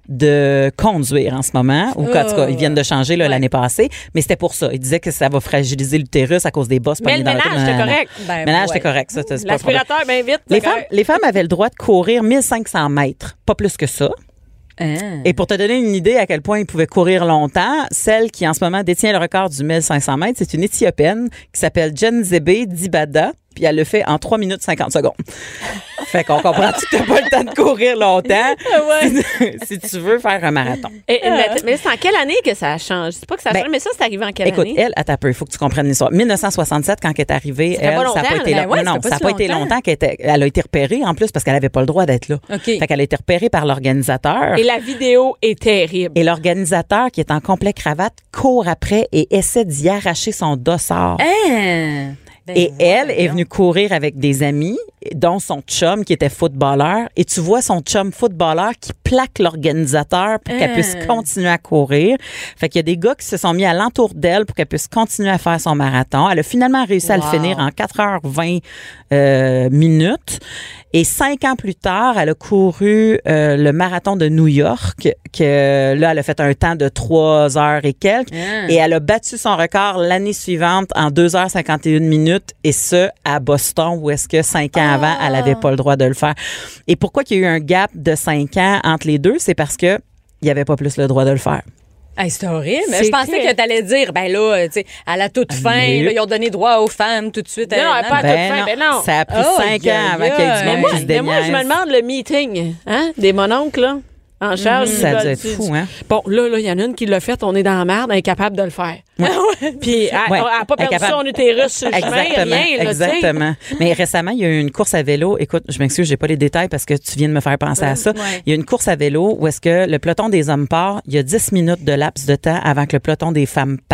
de conduire en ce moment, ou en tout cas, ils viennent de changer là, Ouais. l'année passée, mais c'était pour ça. Ils disaient que ça va fragiliser l'utérus à cause des bosses Mais poignées le dans ménage, l'auto. c'était Non, non, non. correct. Ben Le ménage, c'était voyons. correct. Ça, c'est pas un problème. L'aspirateur, bien vite. Les c'est femmes, correct. les femmes avaient le droit de courir mille cinq cents mètres, pas plus que ça. Hein. Et pour te donner une idée à quel point ils pouvaient courir longtemps, celle qui en ce moment détient le record du mille cinq cents mètres, c'est une Éthiopienne qui s'appelle Jenzebe Dibada, puis elle le fait en trois minutes cinquante secondes. Fait qu'on comprend que t'as pas le temps de courir longtemps si, si tu veux faire un marathon. Et- mais, mais c'est en quelle année que ça a changé? C'est pas que ça a Ben, changé, mais ça, c'est arrivé en quelle Écoute, année? elle, attends un peu, il faut que tu comprénes l'histoire. mille neuf cent soixante-sept, quand elle est arrivée, Ça fait elle, pas ça n'a longtemps, pas été, là. long- Ben ouais, non, ça fait ça pas n'a pas si été longtemps. longtemps qu'elle était, elle a été repérée en plus parce qu'elle n'avait pas le droit d'être là. OK. Fait qu'elle a été repérée par l'organisateur. Et la vidéo est terrible. Et l'organisateur, qui est en complet cravate, court après et essaie d'y arracher son dossard. Hein. Ben Et elle est voyons. venue courir avec des amis, dont son chum qui était footballeur. Et tu vois son chum footballeur qui plaque l'organisateur pour qu'elle Hein. puisse continuer à courir. Fait qu'il y a des gars qui se sont mis à l'entour d'elle pour qu'elle puisse continuer à faire son marathon. Elle a finalement réussi à le Wow. finir en quatre heures vingt euh, minutes. Et cinq ans plus tard, elle a couru euh, le marathon de New York, que là, elle a fait un temps de trois heures et quelques. Hein. Et elle a battu son record l'année suivante en deux heures cinquante et une minutes, et ce, à Boston, où est-ce que cinq ans avant, elle n'avait pas le droit de le faire. Et pourquoi qu'il y a eu un gap de cinq ans entre les deux? C'est parce que il n'y avait pas plus le droit de le faire. Hey, c'est horrible. C'est Je pensais que- que tu allais dire, ben là, tu sais, à la toute fin, Mais- là, ils ont donné droit aux femmes tout de suite. Non, non, Euh, pas à toute fin, ben non. Ça a pris Oh, cinq aïe, ans avant qu'il y ait aïe. du Mais monde moi, qui se mais moi, je me déniaise. demande le meeting hein, des mononcles, là, en charge. Ça du- a dû être du- fou, hein? Bon, là, là, il y en a une qui l'a fait, on est dans la merde, elle est capable de le faire. Puis elle Ouais. n'a pas Elle est perdu capable. son utérus sur le chemin, Exactement, rien, là, tu sais. exactement. Mais récemment, il y a eu une course à vélo. Écoute, je m'excuse, j'ai pas les détails parce que tu viens de me faire penser à ça. Ouais. Il y a une course à vélo où est-ce que le peloton des hommes part, il y a dix minutes de laps de temps avant que le peloton des femmes parte.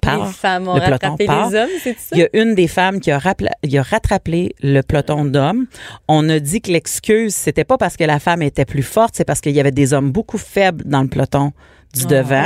part. Les femmes ont le peloton rattrapé part. les hommes, c'est ça? Il y a une des femmes qui a, rappla- qui a rattrapé le peloton d'hommes. On a dit que l'excuse, c'était pas parce que la femme était plus forte, c'est parce qu'il y avait des hommes beaucoup faibles dans le peloton du devant.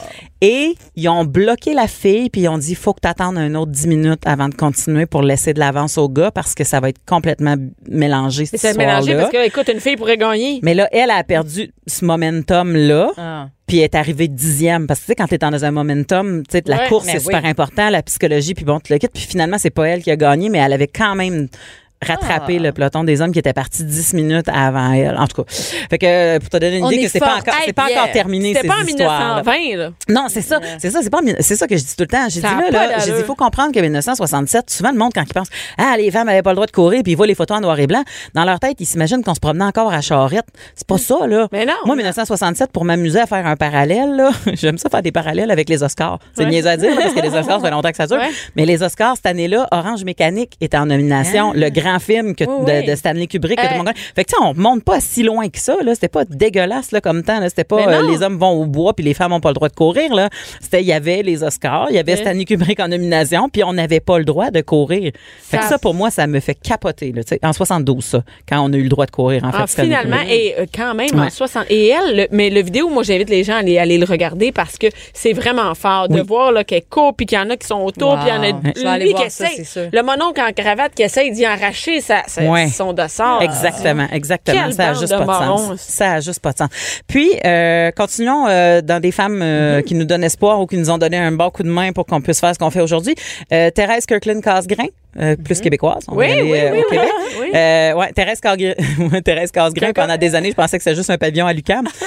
Et ils ont bloqué la fille, puis ils ont dit, faut que tu attendes un autre dix minutes avant de continuer pour laisser de l'avance au gars parce que ça va être complètement mélangé cette C'est histoire-là. mélangé parce que, écoute, une fille pourrait gagner. Mais là, elle a perdu ce momentum-là. Ah. Puis elle est arrivée dixième. Parce que, tu sais, quand t'es dans un momentum, tu sais, la Ouais, course, mais c'est super oui. important, la psychologie, puis bon, tu le quittes. Puis finalement, c'est pas elle qui a gagné, mais elle avait quand même rattrapé Ah. le peloton des hommes qui était parti dix minutes avant elle. En tout cas. Fait que, pour te donner une On idée est que c'est pas fort. encore, Hey, c'est pas Pierre, encore terminé, C'était ces pas en histoires. dix-neuf cent vingt, là. Non, c'est ça. C'est ça, c'est pas, en mille- c'est ça que je dis tout le temps. J'ai dit Ça a là, pas là, d'allure. j'ai dit, il faut comprendre que dix-neuf cent soixante-sept, souvent, le monde, quand il pense, ah, les femmes n'avaient pas le droit de courir, puis ils voient les photos en noir et blanc, dans leur tête, ils s'imaginent qu'on se promenait encore à charrette. C'est pas ça, là. Mais non. Moi, dix-neuf cent soixante-sept, pour m'amuser à faire un parallèle, là, j'aime ça faire des parallèles avec les Oscars. C'est Ouais. niaiseux à dire, là, parce que les Oscars, ça fait longtemps que ça dure. Ouais. Mais les Oscars, cette année-là, Orange Mécanique était en nomination. Le grand film que, Oui, de, oui. de Stanley Kubrick. Que Hey. tout le monde connaît. Fait que, tu sais, on remonte pas si loin que ça, là. C'était pas dégueulasse, là, comme temps, là. C'était pas Mais euh, non. les hommes vont au bois puis les femmes ont pas le droit de courir, là. C'était, il y avait les Oscars, il y avait Ouais. Stanley Kubrick en nomination, puis on n'avait pas le droit de courir. Fait que Ça- ça, pour moi, ça me fait capoter, là. Tu sais, en soixante-douze, ça, quand on a eu le droit de courir, en fait. Ah, Stanley finalement, Kubrick. et euh, quand même, en Ouais. soixante. Et elle, le- mais le vidéo, moi, j'invite les gens à aller, aller le regarder parce que c'est vraiment fort de Oui. voir là, qu'elle court, puis qu'il y en a qui sont autour, Wow. puis il y en a Ouais. Je vais aller lui voir qui ça, essaie. c'est sûr. Le mononcle en cravate qui essaye d'y arracher sa, sa- Ouais. son dossard. Exactement, exactement. Quelle Ça a bande juste de pas de morons. sens. Ça a juste pas de sens. Puis, euh, continuons euh, dans des femmes euh, qui nous donnent espoir ou qui nous ont donné un bon coup de main pour qu'on puisse faire ce qu'on fait aujourd'hui. Euh, Thérèse Kirkland-Casgrain, euh, plus québécoise. On Oui, va aller, oui, euh, oui, au oui, Québec. oui. Euh, ouais, Thérèse Casgrain, Thérèse Casgrain, pendant des années, je pensais que c'était juste un pavillon à l'U Q A M.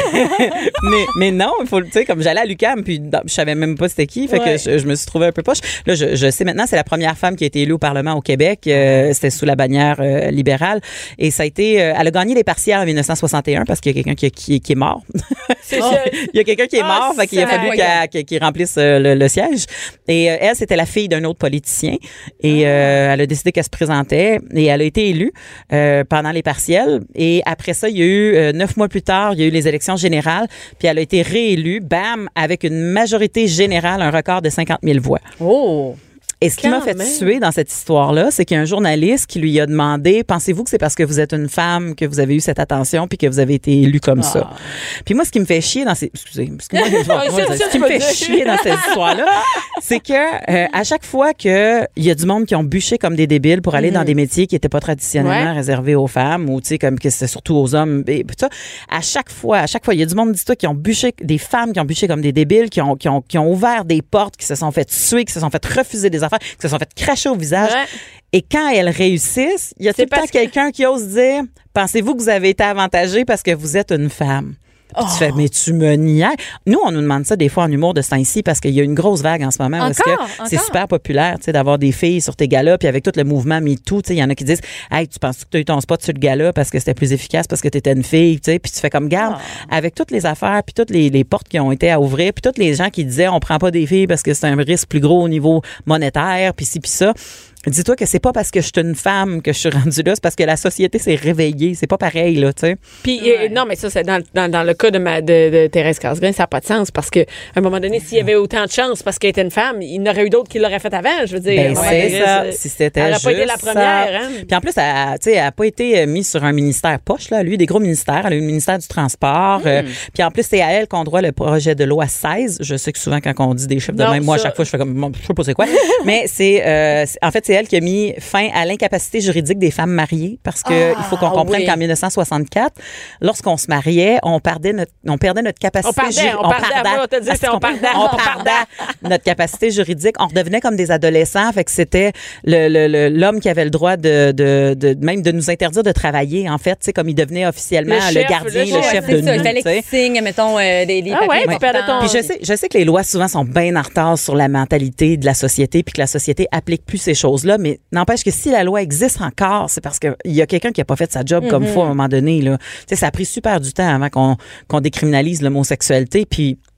mais, mais non, il faut, tu sais, comme j'allais à l'U Q A M, puis non, je savais même pas c'était qui, fait Ouais. que je, je me suis trouvée un peu poche. Là, je, je sais maintenant, c'est la première femme qui a été élue au Parlement au Québec. Euh, c'était sous la bannière euh, libérale. Et ça a été, euh, elle a gagné les partielles en dix-neuf cent soixante et un parce qu'il y a quelqu'un qui, qui, qui est mort. C'est Oh, ça. il y a quelqu'un qui est Ah, mort, fait qu'il a ça, fallu voyons. qu'elle, qu'elle- qu'il remplisse euh, le, le siège. Et euh, elle, c'était la fille d'un autre politicien. Et euh, elle a décidé qu'elle se présentait et elle a été élue euh, pendant les partielles. Et après ça, il y a eu, euh, neuf mois plus tard, il y a eu les élections générales. Puis elle a été réélue, bam, avec une majorité générale, un record de cinquante mille voix. Oh! Et ce qui m'a Quand fait même. tuer dans cette histoire-là, c'est qu'il y a un journaliste qui lui a demandé, pensez-vous que c'est parce que vous êtes une femme que vous avez eu cette attention puis que vous avez été élue comme ça? Puis moi, ce qui me fait chier dans ces... Excusez, excusez-moi, je vais- Ah, moi, ça, ce ça, qui tu me peux fait dire. chier dans cette histoire-là, c'est que euh, à chaque fois qu'il y a du monde qui ont bûché comme des débiles pour aller dans des métiers qui n'étaient pas traditionnellement Ouais. réservés aux femmes ou, tu sais, comme que c'était surtout aux hommes, et tout ça, à chaque fois, à chaque fois, il y a du monde, dis-toi, qui ont bûché, des femmes qui ont bûché comme des débiles, qui ont, qui ont, qui ont ouvert des portes, qui se sont fait tuer, qui se sont fait refuser des affaires, qui se sont fait cracher au visage. Ouais. Et quand elles réussissent, il y a tout C'est le temps parce que- quelqu'un qui ose dire, pensez-vous que vous avez été avantagé parce que vous êtes une femme? Puis tu fais, mais tu me niais. Nous, on nous demande ça des fois en humour de ce temps-ci parce qu'il y a une grosse vague en ce moment. où est-ce Encore? que c'est Encore? super populaire, tu sais, d'avoir des filles sur tes galas, puis avec tout le mouvement MeToo, tu sais, il y en a qui disent, hey, tu penses que tu as eu ton spot sur le gala parce que c'était plus efficace, parce que tu étais une fille, tu sais, puis tu fais comme garde, avec toutes les affaires, puis toutes les, les portes qui ont été à ouvrir, puis tous les gens qui disaient, on prend pas des filles parce que c'est un risque plus gros au niveau monétaire, puis ci, puis ça. Dis-toi que c'est pas parce que je suis une femme que je suis rendue là, c'est parce que la société s'est réveillée. C'est pas pareil, là, tu sais. Puis, euh, non, mais ça, c'est dans, dans, dans le cas de, ma, de, de Thérèse Casgrain, ça n'a pas de sens parce qu'à un moment donné, s'il y avait autant de chance parce qu'elle était une femme, il y en aurait eu d'autres qui l'auraient fait avant. Je veux dire, à un Ben, moment c'est donné, ça. c'est- Si c'était elle n'a juste pas été la ça. première. Hein? Puis en plus, elle, tu sais, elle n'a pas été euh, mise sur un ministère poche, là. Lui, des gros ministères. Elle a eu le ministère du Transport. Hmm. euh, puis en plus, c'est à elle qu'on doit le projet de loi seize. Je sais que souvent, quand on dit des chiffres de Non, même, moi, à ça- chaque fois, je fais comme, bon, je sais pas c'est quoi. Mais c'est, euh, c'est- en fait, c'est elle qui a mis fin à l'incapacité juridique des femmes mariées parce que Ah, il faut qu'on comprenne oui. qu'en dix-neuf cent soixante-quatre, lorsqu'on se mariait, on perdait notre, on perdait notre capacité On pardait, ju- on pardait, on va te dire, Ah, c'est on qu'on- pardait, on on pardait notre capacité juridique. On redevenait comme des adolescents. Fait que c'était le, le- le- l'homme qui avait le droit de, de, de, même de nous interdire de travailler, en fait. Tu sais, comme il devenait officiellement Le le, chef, gardien, le le chef, chef C'est de ça, nous. il fallait tu sais. qu'il signe, mettons, euh, des, des Ah papiers ouais, tu perdais importants. ton- Puis je sais, je sais que les lois souvent sont bien en retard sur la mentalité de la société, puis que la société applique plus ces choses-là. Mais n'empêche que si la loi existe encore, c'est parce qu'il y a quelqu'un qui a pas fait sa job comme il faut à un moment donné. Là. Tu sais, ça a pris super du temps avant qu'on qu'on décriminalise l'homosexualité. Puis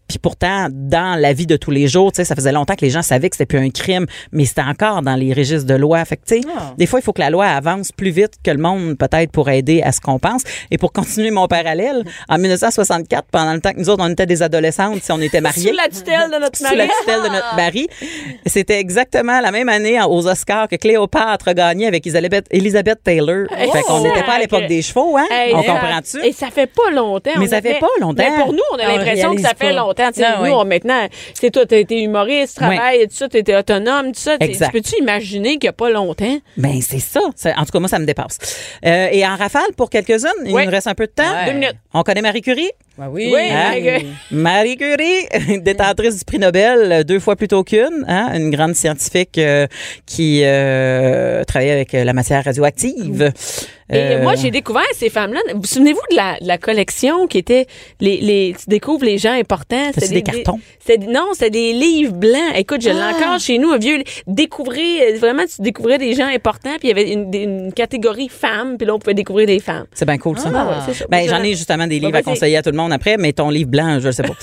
Puis pourtant, dans la vie de tous les jours, tu sais, ça faisait longtemps que les gens savaient que c'était plus un crime, mais c'était encore dans les registres de loi. Fait que, tu sais, oh. des fois, il faut que la loi avance plus vite que le monde, peut-être, pour aider à ce qu'on pense. Et pour continuer mon parallèle, en dix-neuf cent soixante-quatre, pendant le temps que nous autres, on était des adolescentes, si on était mariés. Sous la tutelle de notre mari. Sous la tutelle de notre mari. C'était exactement la même année aux Oscars que Cléopâtre a gagné avec Elizabeth, Elizabeth Taylor. Oh. Fait qu'on n'était pas à l'époque des chevaux, hein? Hey, on comprend-tu? Et ça fait pas longtemps. Mais ça fait pas longtemps. Mais pour nous, on a l'impression on que ça fait pas. longtemps. Non, nous, oui. on, maintenant, c'est toi, t'as été humoriste, travail, oui. tout ça, t'étais autonome, tout ça. Tu peux-tu imaginer qu'il n'y a pas longtemps? Ben, c'est ça. En tout cas, moi, ça me dépasse. Euh, et en rafale, pour quelques-unes, il oui. nous reste un peu de temps. Ouais. Deux minutes. On connaît Marie Curie? Ben oui. oui hein? Marie Curie, détentrice du prix Nobel, deux fois plus tôt qu'une, hein? Une grande scientifique euh, qui euh, travaillait avec la matière radioactive. Et euh... moi, j'ai découvert ces femmes-là. Vous, vous souvenez-vous de la, de la collection qui était les, les, tu découvres les gens importants. C'est des, des cartons. Des, non, c'était des livres blancs. Écoute, je l'ai ah. encore chez nous, un vieux. Découvrir, vraiment, tu découvrais des gens importants, puis il y avait une, une catégorie femmes, puis là, on pouvait découvrir des femmes. C'est bien cool, ça. Ah, ouais, c'est ça. Ben, j'en ai justement des livres bah, à conseiller à tout le monde après, mais ton livre blanc, je ne sais pas.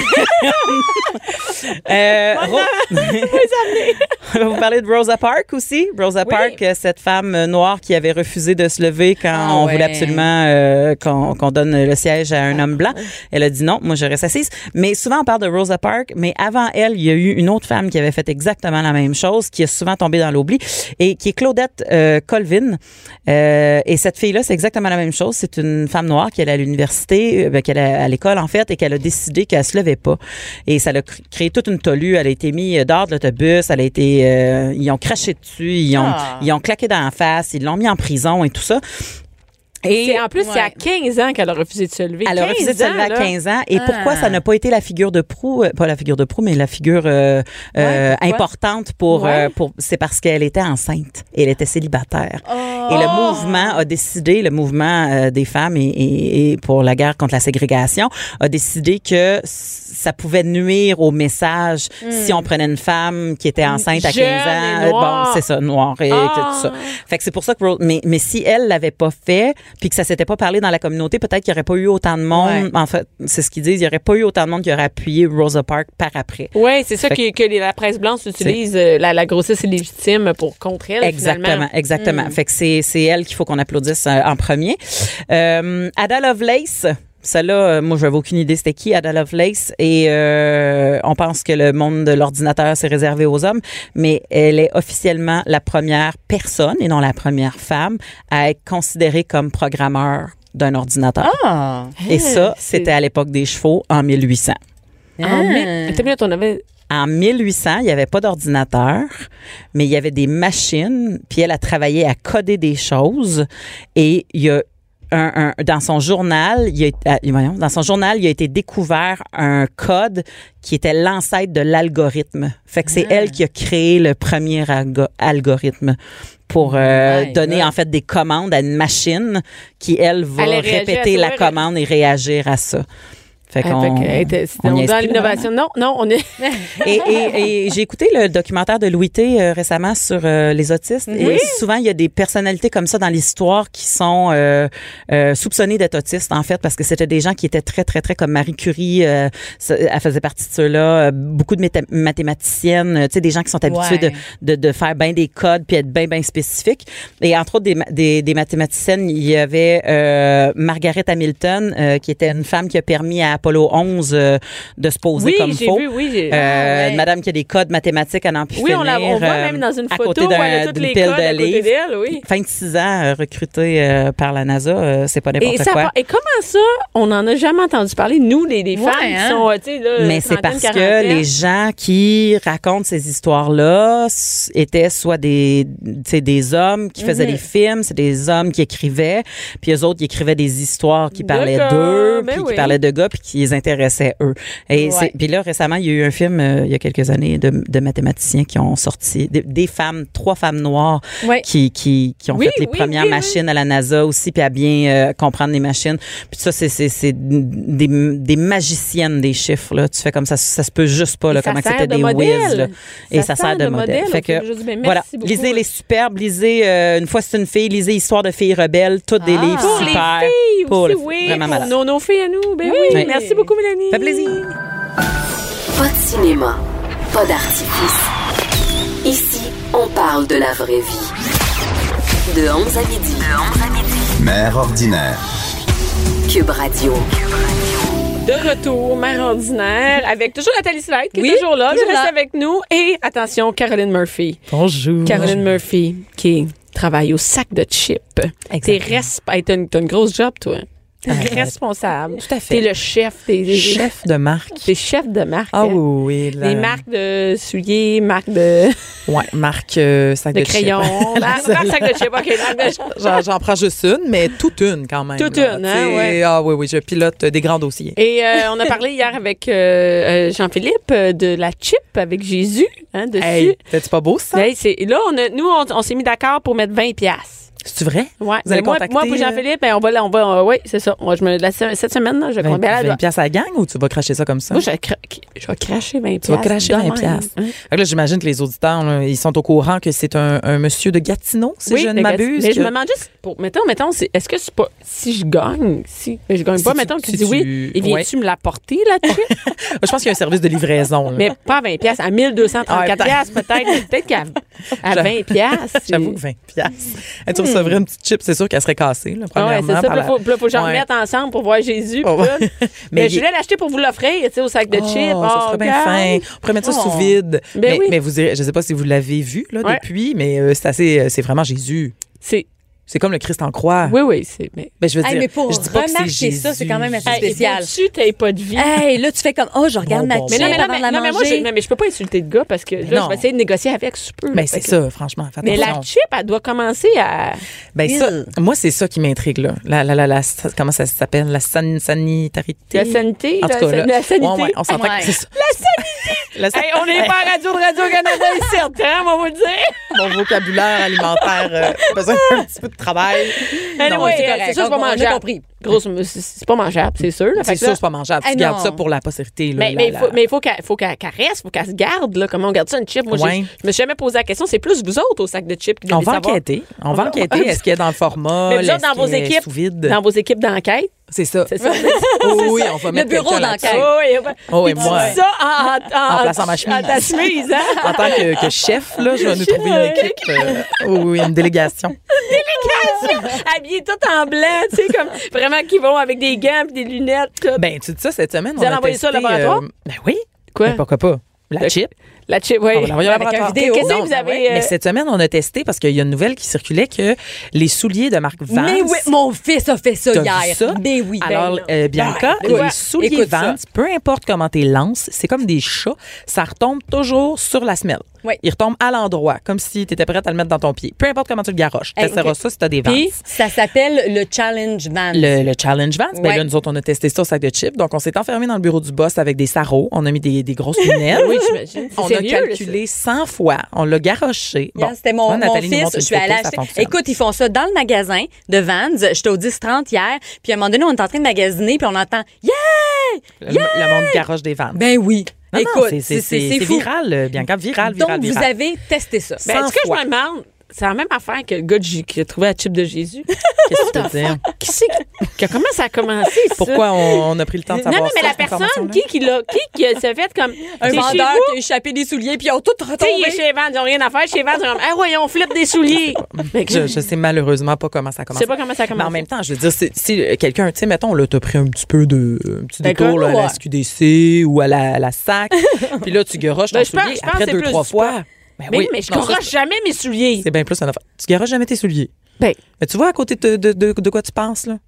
euh, Ro... On va vous parler de Rosa Parks aussi. Rosa oui. Parks, cette femme noire qui avait refusé de se lever quand ah, on ouais. voulait absolument euh, qu'on, qu'on donne le siège à un homme blanc. Elle a dit non, moi je reste assise. Mais souvent on parle de Rosa Parks, mais avant elle, il y a eu une autre femme qui avait fait exactement la même chose, qui est souvent tombée dans l'oubli, et qui est Claudette euh, Colvin. Euh, et cette fille-là, c'est exactement la même chose. C'est une femme noire qui allait à l'université, euh, qu'elle est à l'école en fait, et qu'elle a décidé qu'elle se levait pas. Et ça a créé toute une tolue. Elle a été mise dehors de l'autobus. Elle a été, euh, ils ont craché dessus, ils ont, ah. ils ont claqué dans la face, ils l'ont mis en prison et tout ça. Et c'est en plus, ouais. c'est à quinze ans qu'elle a refusé de se lever. Elle a refusé de se lever à quinze ans. Et ah. pourquoi ça n'a pas été la figure de proue, pas la figure de proue, mais la figure euh, ouais, euh, importante pour, ouais. euh, pour, c'est parce qu'elle était enceinte et elle était célibataire. Oh. Et le mouvement a décidé, le mouvement euh, des femmes et, et, et pour la guerre contre la ségrégation, a décidé que ça pouvait nuire au message mm. si on prenait une femme qui était enceinte à quinze ans. Bon, c'est ça, noire et oh. tout ça. Fait que c'est pour ça que, mais, mais si elle l'avait pas fait, puis que ça s'était pas parlé dans la communauté, peut-être qu'il n'y aurait pas eu autant de monde. Ouais. En fait, c'est ce qu'ils disent, il n'y aurait pas eu autant de monde qui aurait appuyé Rosa Parks par après. Oui, c'est ça que, que la presse blanche utilise, euh, la, la grossesse illégitime pour contre elle, exactement, finalement. Exactement. Mm. Fait que c'est, c'est elle qu'il faut qu'on applaudisse euh, en premier. Euh, Ada Lovelace. Celle-là, euh, moi, je n'avais aucune idée c'était qui, Ada Lovelace. Et euh, on pense que le monde de l'ordinateur, c'est réservé aux hommes, mais elle est officiellement la première personne, et non la première femme, à être considérée comme programmeur d'un ordinateur. Ah! Et ça, c'est... c'était à l'époque des chevaux, en mille huit cents. Ah! En mille... on avait... En mille huit cents, il n'y avait pas d'ordinateur, mais il y avait des machines, puis elle a travaillé à coder des choses, et il y a Un, un, dans son journal, il a, voyons, dans son journal, il a été découvert un code qui était l'ancêtre de l'algorithme. Fait que c'est ah. elle qui a créé le premier algo- algorithme pour euh, oh donner God. en fait des commandes à une machine qui elle va elle répéter la commande et réagir à ça. Fait qu'on, fait que, on, on dans l'innovation. Non, non, on est. et, et, et j'ai écouté le documentaire de Louis T euh, récemment sur euh, les autistes. Oui. Et souvent, il y a des personnalités comme ça dans l'histoire qui sont euh, euh, soupçonnées d'être autistes, en fait, parce que c'était des gens qui étaient très, très, très comme Marie Curie. Euh, elle faisait partie de ceux-là. Beaucoup de méta- mathématiciennes, tu sais, des gens qui sont habitués ouais. de, de, de faire bien des codes puis être bien, bien spécifiques. Et entre autres, des, des, des mathématiciennes, il y avait euh, Margaret Hamilton, euh, qui était une femme qui a permis à Apollo onze euh, de se poser oui, comme j'ai faux. Vu, oui, j'ai vu. Euh, ouais. Madame qui a des codes mathématiques à n'en plus oui, finir. Oui, on, on voit même dans une à photo côté où elle a toutes les codes à côté d'elle. Oui. Fin de six ans, euh, recrutée euh, par la NASA, euh, c'est pas n'importe et ça, quoi. Et comment ça, on n'en a jamais entendu parler, nous, les, les ouais, femmes hein? qui sont, tu sais, là, mais c'est parce que les gens qui racontent ces histoires-là étaient soit des, des hommes qui faisaient mm-hmm. des films, c'est des hommes qui écrivaient, puis eux autres, ils écrivaient des histoires qui parlaient de d'eux, puis ben qui oui. parlaient de gars, puis qui les intéressaient eux. Et ouais. puis là, récemment, il y a eu un film, euh, il y a quelques années, de, de mathématiciens qui ont sorti, de, des femmes, trois femmes noires ouais. qui, qui, qui ont oui, fait les oui, premières oui, machines oui. à la NASA aussi, puis à bien euh, comprendre les machines. Puis ça, c'est, c'est, c'est des, des magiciennes des chiffres, là. Tu fais comme ça, ça se peut juste pas, là, comment c'était de des whiz, là. Et ça, ça sert de, de modèle. modèle. Fait que, dis, ben, voilà, beaucoup, lisez Les Superbes, lisez euh, Une fois c'est une fille, lisez Histoire de filles rebelles, tous ah. des livres pour super. Les filles pour aussi, les filles, oui, vraiment pour malade. Nos, nos filles à nous, ben oui. oui. Merci beaucoup, Mélanie. Ça fait plaisir. Pas de cinéma, pas d'artifice. Ici, on parle de la vraie vie. De onze à midi. De onze à midi. Mère ordinaire. Cube Radio. De retour, Mère ordinaire, avec toujours Nathalie Slide qui Oui, est toujours là, toujours qui reste là. avec nous. Et attention, Caroline Murphy. Bonjour. Caroline Murphy, qui travaille au sac de chips. T'es Exactement. resp- hey, t'as une, t'as une grosse job, toi. T'es Arrête. responsable. Tout à fait. T'es le chef. T'es, t'es- Chef de marque. T'es chef de marque. Ah hein. oui, oui. la- Des marques de souliers, marques de, Ouais, marque euh, sac de de, crayons. chips. Marque marque sac de chips, OK. Marque de... J'en, j'en prends juste une, mais toute une quand même. Toute là. une, hein, Tu sais, ouais. Ah oui, oui, je pilote des grands dossiers. Et euh, on a parlé hier avec euh, euh, Jean-Philippe euh, de la chip avec Jésus, hein, dessus. Hey, c'est pas beau ça? Hey, c'est, là, on a, nous, on, on s'est mis d'accord pour mettre vingt piastres. C'est vrai? Ouais. Vous allez Mais moi, contacter, moi, pour euh, Jean-Philippe, ben, on va, là, on va, euh, oui, c'est ça. Moi, je me, la, cette semaine, là, je vais vingt, combien elle vingt doit? piastres à la gang ou tu vas cracher ça comme ça? Moi, je vais, cra- je vais cracher vingt piastres. Tu vas cracher de vingt même. piastres. Hein? Fait que là, j'imagine que les auditeurs, là, ils sont au courant que c'est un, un monsieur de Gatineau, si je ne le m'abuse. Mais que- je me demande juste, pour, mettons, mettons, c'est- est-ce que c'est pas, si je gagne, si je gagne Si pas, tu- mettons, tu si dis tu- oui, et viens-tu me l'apporter, la chip? Je pense qu'il y a un service de livraison. là. Mais pas à vingt piastres, à mille deux cent trente-quatre Ah, piastres, peut-être. Peut-être qu'à à J'avoue. vingt piastres. c'est- J'avoue que vingt piastres. Tu recevrais une petite chip, c'est sûr qu'elle serait cassée, là, Ah ouais, premièrement. c'est ça. par Puis là, la- faut, puis là, faut que j'en Ouais. remette ensemble pour voir Jésus. puis Oh, ouais. tout. Mais Mais il- je voulais l'acheter pour vous l'offrir, tu sais, au sac de Oh, chips. ça Oh, serait bien regarde. fin. On pourrait mettre ça Oh. sous vide. Ben mais, oui. mais vous irez, je ne sais pas si vous l'avez vu là, Ouais. depuis, mais euh, c'est assez, euh, c'est vraiment Jésus. C'est, C'est comme le Christ en croix. oui, oui, c'est, mais. Ben, je veux Hey, dire, mais pour je dis pas que c'est remarquer ça, Jésus. c'est quand même assez Hey, spécial. tu t'as pas de vie. Hey, là, tu fais comme, oh, je regarde Bon, ma bon, chip Mais non, mais, non, avant mais, de la non, mais moi, manger. je, non, mais je peux pas insulter le gars parce que là, non. je vais essayer de négocier avec si je peux. Ben, Fait c'est que- ça, franchement. Fais Mais la attention. chip, elle doit commencer à. Ben ça, Ew. moi, c'est ça qui m'intrigue, là. La, la, la, la- comment ça s'appelle? La san- sanitarité. La sanité. En tout la, cas, là, la sanité. ouais, ouais, on s'entend Ouais. que c'est ça. La sanité! Hey, on n'est pas à Radio de Radio-Canada ici, hein, on va vous le dire. Mon vocabulaire alimentaire euh, a besoin d'un petit peu de travail. Anyway, Non, euh, c'est c'est correct, sûr, c'est pas on a mangeable. compris. Grosse, c'est c'est pas mangeable, c'est sûr. là. Fait C'est que sûr, là- c'est pas mangeable. Tu Ah, gardes non. ça pour la postérité. Là, Mais, la- mais, il la- faut, mais il faut qu'elle faut qu'elle qu'elle reste, il faut qu'elle se garde. Là. Comment on garde ça, une chip? Moi, j'ai- Ouais. je me suis jamais posé la question. C'est plus vous autres au sac de chips qui On devez va savoir. enquêter. On va On va- enquêter. Est-ce qu'il y a dans le format? Mais vous autres, Est-ce dans vos qu'il y a équipes, sous vide? dans vos équipes d'enquête, C'est ça. c'est ça. Oh, oui, on va Le mettre bureau quelqu'un d'enquête. là-dessus. Oh, oui, Oh, et Puis tu moi. dis ça en, en, En plaçant ma chemise. En ta chemise, hein? En tant que, que chef, là, je vais nous trouver une équipe. euh, oui, une délégation. Habillés tout en blanc, tu sais, comme vraiment qui vont avec des gants et des lunettes. Tout. Ben, tu dis ça cette semaine. Vous on allez a envoyer ça au testé, laboratoire? euh, ben oui. Quoi? Ben, pourquoi pas? La Le- chip. La chip, oui. On va l'envoyer au Avec un laboratoire. vidéo. Qu'est-ce que Non, vous avez. Mais euh, cette semaine, on a testé parce qu'il y a une nouvelle qui circulait que les souliers de marque Vans. Mais oui, mon fils a fait ça T'as hier. vu ça? Mais oui. Alors, Ben euh, Bianca, Ben, ouais. les souliers Écoute ça. Vans, peu importe comment tu les lances, c'est comme des chats, ça retombe toujours sur la semelle. Oui. Il retombe à l'endroit, comme si tu étais prête à le mettre dans ton pied. Peu importe comment tu le garoches. Tu Hey, essaieras ok. ça si tu as des Vans. Puis, ça s'appelle le Challenge Van. Le, le Challenge Vans, ben Ouais. là, nous autres, on a testé ça au sac de chips. Donc, on s'est enfermé dans le bureau du boss avec des sarraux. On a mis des, des grosses lunettes. Oui, j'imagine. C'est On sérieux, a là, calculé cent fois. On l'a garoché. Hier, Bon, c'était mon, là, mon Nathalie nous fils. montre Je une suis allée photo, ça acheter. fonctionne. Écoute, ils font ça dans le magasin de Vans. J'étais au dix trente hier. Puis à un moment donné, on est en train de magasiner. Puis on entend Yeah! Le, le monde garoche des Vans. Ben oui. Non, non, Écoute, c'est- c'est c'est c'est fou. viral, euh, Bianca. Viral, viral, Donc, viral. vous avez testé ça. Ben, cent ce que je fois. me demande, c'est la même affaire que le gars de J- qui a trouvé la chip de Jésus. Qu'est-ce que tu veux dire? Qui c'est qui, qui- comment ça a commencé, ça? Pourquoi on, on a pris le temps de Non, savoir non, mais ça, la cette personne, information-là? qui, qui, l'a, qui, qui a- s'est fait comme. Un c'est chez vendeur vous? qui a échappé des souliers. Puis ils ont tout Tu sais, il est retombé. chez Vans, ils n'ont rien à faire. Chez Vans, ils sont comme, ah ouais, on flippe des souliers. Mais Je, je sais malheureusement pas comment ça je commence. sais pas comment ça a Mais en commencé. même temps, je veux dire, si, si quelqu'un, tu sais, mettons, là, t'as pris un petit peu de, un petit D'accord, détour là, à ouais. la S Q D C ou à la, à la S A C, puis là, tu garoches ton Ben, je pense- soulier je pense après que c'est deux, plus trois du fois. Ben Mais, oui, mais je non, ça, corroche jamais mes souliers. c'est bien plus une affaire. Tu garoches jamais tes souliers. Ben, Mais tu vois à côté de, de, de, de quoi tu penses, là?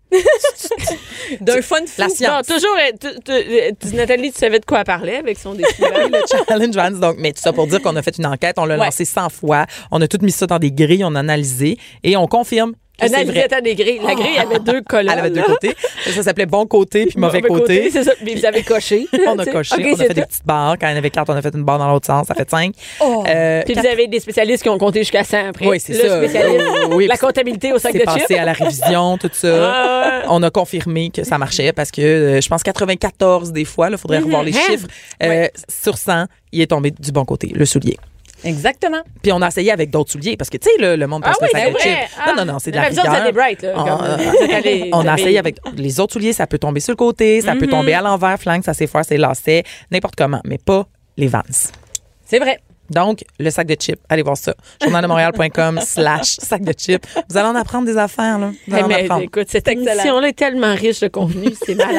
D'un fun fou. La science. non, toujours, euh, tu- tu- euh, tu- Nathalie, tu savais de quoi elle parlait avec son défilé. le Challenge Vans. Donc, mais tout ça pour dire qu'on a fait une enquête, on l'a Ouais. lancé cent fois, on a tout mis ça dans des grilles, on a analysé et on confirme que c'est vrai. Analysait des grilles. La grille avait deux colonnes. Elle avait deux là. côtés. Ça s'appelait bon côté puis mauvais, côté. C'est ça. Mais vous avez coché. On a Tu sais. coché, OK, on a c'est fait des tout. petites barres. Quand il y en avait quatre, on a fait une barre dans l'autre sens. Ça fait cinq. Oh. Euh, Puis vous quatre- avez des spécialistes qui ont compté jusqu'à cent après. Oui, c'est Le ça. spécialiste. Oui, la puis comptabilité au sac c'est de passé chips. à la révision, tout ça. Ah. On a confirmé que ça marchait parce que euh, je pense quatre-vingt-quatorze des fois, il faudrait revoir les Hein? chiffres. Euh, Sur cent, il est tombé du bon côté, le soulier. Exactement. Puis on a essayé avec d'autres souliers parce que, tu sais, le, le monde pense Ah que oui, sac de c'est chips. vrai. Ah. Non, non, non, c'est de la Mais vous autres, rigueur. c'est des bright, là. Ah, comme, euh, vous êtes allés- On vous a avez- essayé avec les autres souliers, ça peut tomber sur le côté, ça peut tomber à l'envers, flanc, ça s'effaire, c'est lacet, n'importe comment, mais pas les Vans. C'est vrai. Donc, le sac de chips, allez voir ça. journal de montréal point com slash sac de chips. Vous allez en apprendre des affaires, là. Vous allez Hey, en mais apprendre. écoute, cette Excellent. émission-là est tellement riche de contenu, c'est malade.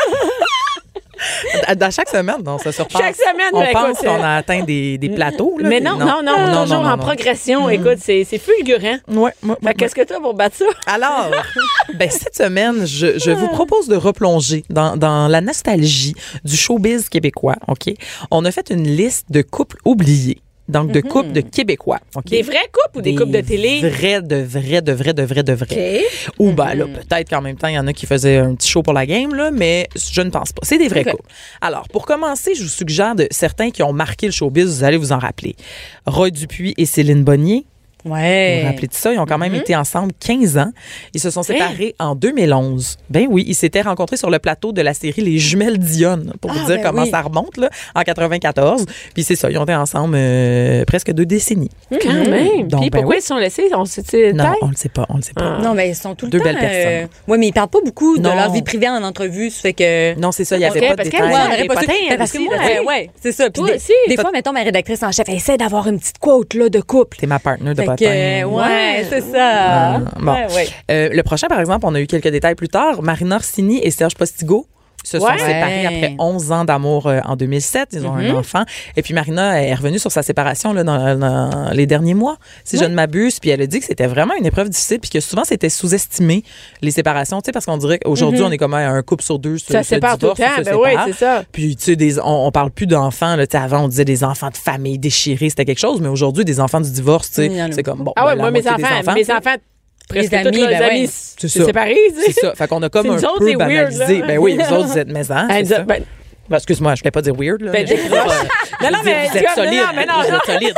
À- Dans chaque semaine, on se surpasse. Chaque semaine, on mais pense écoute, qu'on a atteint des, des plateaux. Là, mais des- non, non, non, toujours en progression. Écoute, c'est c'est fulgurant. Ouais, ouais, Fait ouais, que qu'est-ce que tu as pour battre ça? Alors, ben, cette semaine, je, je vous propose de replonger dans, dans la nostalgie du showbiz québécois. OK? On a fait une liste de couples oubliés. Donc, de couples de Québécois. OK? Des vrais couples ou des, couples de télé? Vrais, de vrais, de vrais, de vrais, de vrais. Ou, ben là, peut-être qu'en même temps, il y en a qui faisaient un petit show pour la game, là, mais je ne pense pas. C'est des vrais OK. couples. Alors, pour commencer, je vous suggère de certains qui ont marqué le showbiz, vous allez vous en rappeler. Roy Dupuis et Céline Bonnier. Vous vous Ouais. rappelez de ça? Ils ont quand même été ensemble quinze ans. Ils se sont séparés en deux mille onze. Ben oui, ils s'étaient rencontrés sur le plateau de la série Les Jumelles Dionne, pour vous Ah, dire ben comment oui. ça remonte, là, en quatre-vingt-quatorze. Puis c'est ça, ils ont été ensemble euh, presque deux décennies. Quand même. Donc, Puis ben pourquoi oui. ils se sont laissés? On sait Non, on le sait pas, on le sait pas. Non, mais ils sont tout le Deux temps. belles personnes. Oui, mais ils parlent pas beaucoup de Non. leur vie privée en entrevue. Ça fait que. Non, c'est ça, il n'y avait Ok, pas de parce détails. qu'elle, Ouais, on Ouais, aurait des pas su. potins, Mais parce que aussi, moi, là, tu sais. euh, ouais, c'est ça. Puis Toi des, aussi. des fois, mettons, ma rédactrice en chef, elle essaie d'avoir une petite quote là, de couple. T'es ma partenaire de Fait potin. que, ouais, c'est ça. Ah, bon. Ouais, ouais. Euh, le prochain, par exemple, on a eu quelques détails plus tard. Marina Orsini et Serge Postigo se sont Ouais. séparés après onze ans d'amour euh, en deux mille sept. Ils ont un enfant. Et puis Marina est revenue sur sa séparation là, dans, dans les derniers mois, si je ne m'abuse. Puis elle a dit que c'était vraiment une épreuve difficile puis que souvent c'était sous-estimé, les séparations. Tu sais, parce qu'on dirait qu'aujourd'hui, on est comme un couple sur deux. Ça se sépare tout le divorce ou temps. se Ben oui, sépare. c'est ça. Puis, tu sais, des- on, on parle plus d'enfants. Là, Tu sais, avant, on disait des enfants de famille déchirés, c'était quelque chose. Mais aujourd'hui, des enfants du divorce, tu sais, Il y en a. c'est comme, bon, Ah ouais, ben, la moi, mes moitié des enfants, mes enfants, presque Les tous amis, leurs ben amis, ouais. C'est c'est ça. séparés. tu sais. C'est ça. Fait qu'on a comme C'est un nous autres, peu les weird, banalisé. là. Ben oui, vous autres, vous êtes maisons. Ben, c'est ça. ben, Ben, excuse-moi, je voulais pas dire weird. Là, Ben, mais je veux dire, décroche. euh, Non, non, je veux dire, mais vous tu êtes vois, non, solide. non, mais non, Vous non. êtes solide.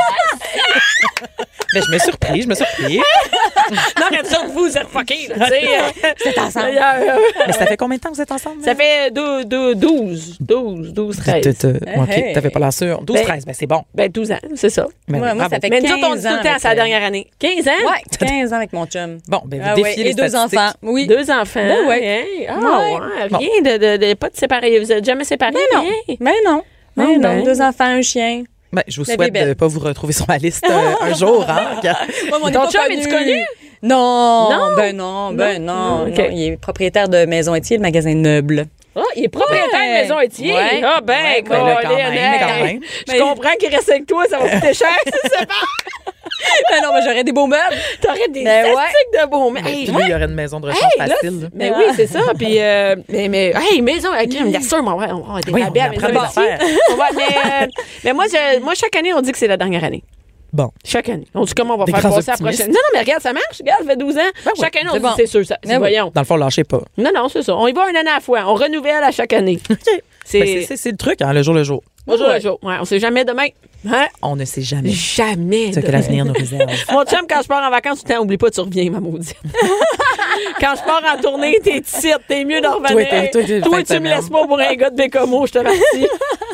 Ben, je me suis surpris, je me suis surpris. non, mais vous autres, vous êtes fuckés, là, tu sais. Vous êtes ensemble. Euh, Mais ça fait combien de temps que vous êtes ensemble? Ça fait dou- dou- douze, douze, douze, T'as- treize. t'as- OK, Hey. t'avais pas l'air sûr. douze, Ben- treize, ben c'est bon. Ben, douze ans, c'est ça. Ben, Ouais, oui, moi, bravo. ça fait Mais nous autres, on quinze dit tout le ans temps, avec, c'est la euh, dernière année. quinze ans? Ouais, quinze ans avec mon chum. Bon, ben, vous Ah défiez ouais, les et deux statistiques. enfants. Oui. Deux enfants. Ben ouais. Hey, ah, Ouais. ouais, Bon. rien de, de, de- pas de séparés. Vous êtes jamais séparés? Ben non. rien? Ben non. Ben Ah, non. ben. Deux enfants, un chien. Ben, je vous La souhaite de bébête. ne pas vous retrouver sur ma liste euh, un jour. Hein, car- Ouais, mais on est Ton pas chum, es-tu connu? Non, Non? ben non, ben Non? non. Non, ok. non. Il est propriétaire de Maison Étier, le magasin Neuble. Ah, il est propriétaire Ouais. de Maison Étier. Ouais. Ah, ben, Ouais, ben là, quand Colin, même, hey. quand même. Je Mais- comprends qu'il reste avec toi, ça va coûter cher, c'est pas. Ben non, mais j'aurais des beaux meubles. T'aurais des Ben ouais. statistiques de beaux. Mais, Puis hey, lui, il y aurait une maison de rechange Hey, là, facile. là. mais oui, c'est ça. Puis, euh, mais, mais, hey, maison, avec bien sûr, on va, on va des Oui, on rabais à apprend Maison des Étier. affaires. On va, mais, euh, mais moi, je- moi, chaque année, on dit que c'est la dernière année. Bon. Chaque année. On dit comment on va Des faire grands passer la optimistes. prochaine. Non, non, mais regarde, ça marche. Regarde, ça fait douze ans. Ben oui, chaque année, on c'est dit bon. c'est sûr. Ça, c'est- Ben oui. voyons. Dans le fond, lâchez pas. Non, non, c'est ça. On y va un an à la fois. On renouvelle à chaque année. C'est Ben, c'est- c'est c'est le truc, hein, le jour le jour. bonjour Ouais. le jour. Ouais, on sait jamais demain. Hein? On ne sait jamais Jamais. ce que demain. l'avenir nous réserve. Mon chum, quand je pars en vacances, tout le temps, oublie pas, tu reviens, ma maudite. Quand je pars en tournée, t'es titre, t'es mieux de revenir. Toi, t'es- toi, t'es- Toi, fin de tu me semaine. laisses pas pour un gars de Bécomo, je te remercie.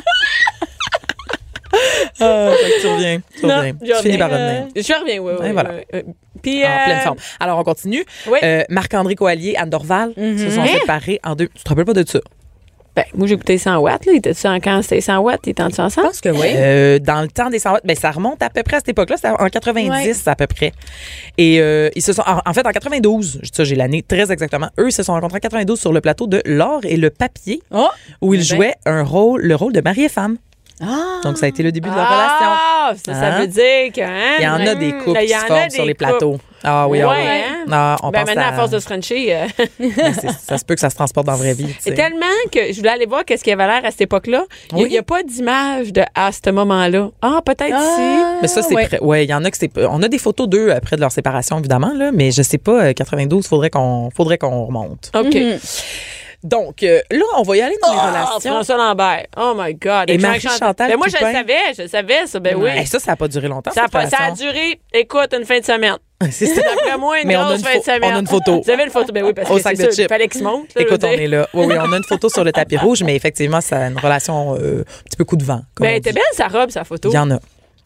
Ah, fait que tu reviens. Tu Non, reviens. je Tu finis reviens. par revenir. Je reviens, oui, oui. Et voilà. oui, oui. Puis, En euh, pleine forme. Alors, on continue. Oui. Euh, Marc-André Coallier, Anne Dorval se sont Hein? séparés en deux. Tu te rappelles pas de ça? Ben, moi, j'ai écouté cent watts, là. Il était en quand c'était cent watts? Ils étaient Je ensemble? pense que oui. Euh, dans le temps des cent watts, ben, ça remonte à peu près à cette époque-là. C'était en quatre-vingt-dix à peu près. Et euh, ils se sont, en, en fait, en quatre-vingt-douze, je dis ça, j'ai l'année très exactement. Eux, ils se sont rencontrés en quatre-vingt-douze sur le plateau de L'Or et le Papier, Oh! où ils Ben. jouaient un rôle, le rôle de mari et femme. Ah! Donc, ça a été le début de leur relation. Ah, ça, ça Hein? veut dire que. Hein, Il y en a hum, des couples il qui y en se a forment des sur les couples. plateaux. Ah oui, ah Ouais, oui. hein? Ah, on Ben, pense maintenant, à... à... force de se frencher. euh, Ben, c'est- ça se peut que ça se transporte dans la vraie vie. tu C'est sais. tellement que je voulais aller voir qu'est-ce qu'il y avait l'air à cette époque-là. Il n'y Oui. a, pas d'image de à ce moment-là. Ah, peut-être Ah, Mais ça, c'est ouais. prêt. Ouais, il y en a que c'est. On a des photos d'eux après de leur séparation, évidemment, là, mais je sais pas, euh, quatre-vingt-douze, faudrait qu'on faudrait qu'on remonte. si. OK. Mhm. Donc, euh, là, on va y aller dans les Ah, relations. François Lambert. Oh my God. Et Avec Marie-Chantal Ben moi, je le Toupin. savais. Je le savais, ça. Ben oui. Hey, ça, ça n'a pas duré longtemps. Ça a, cette pas- ça a relation. duré, écoute, une fin de semaine. C'est ça. D'après moi, une Mais on a grosse une fin de pho- semaine. on a une photo. Vous avez une photo? Ben oui, parce Au que sac c'est de sûr, il chips. fallait qu'il se monte. là, Écoute, je on veux dire. est là. Oui, oui, on a une photo sur le tapis rouge, mais effectivement, ça a une relation euh, un petit peu coup de vent. comme Ben, on elle était dit. belle, sa robe, sa photo. Il y en a.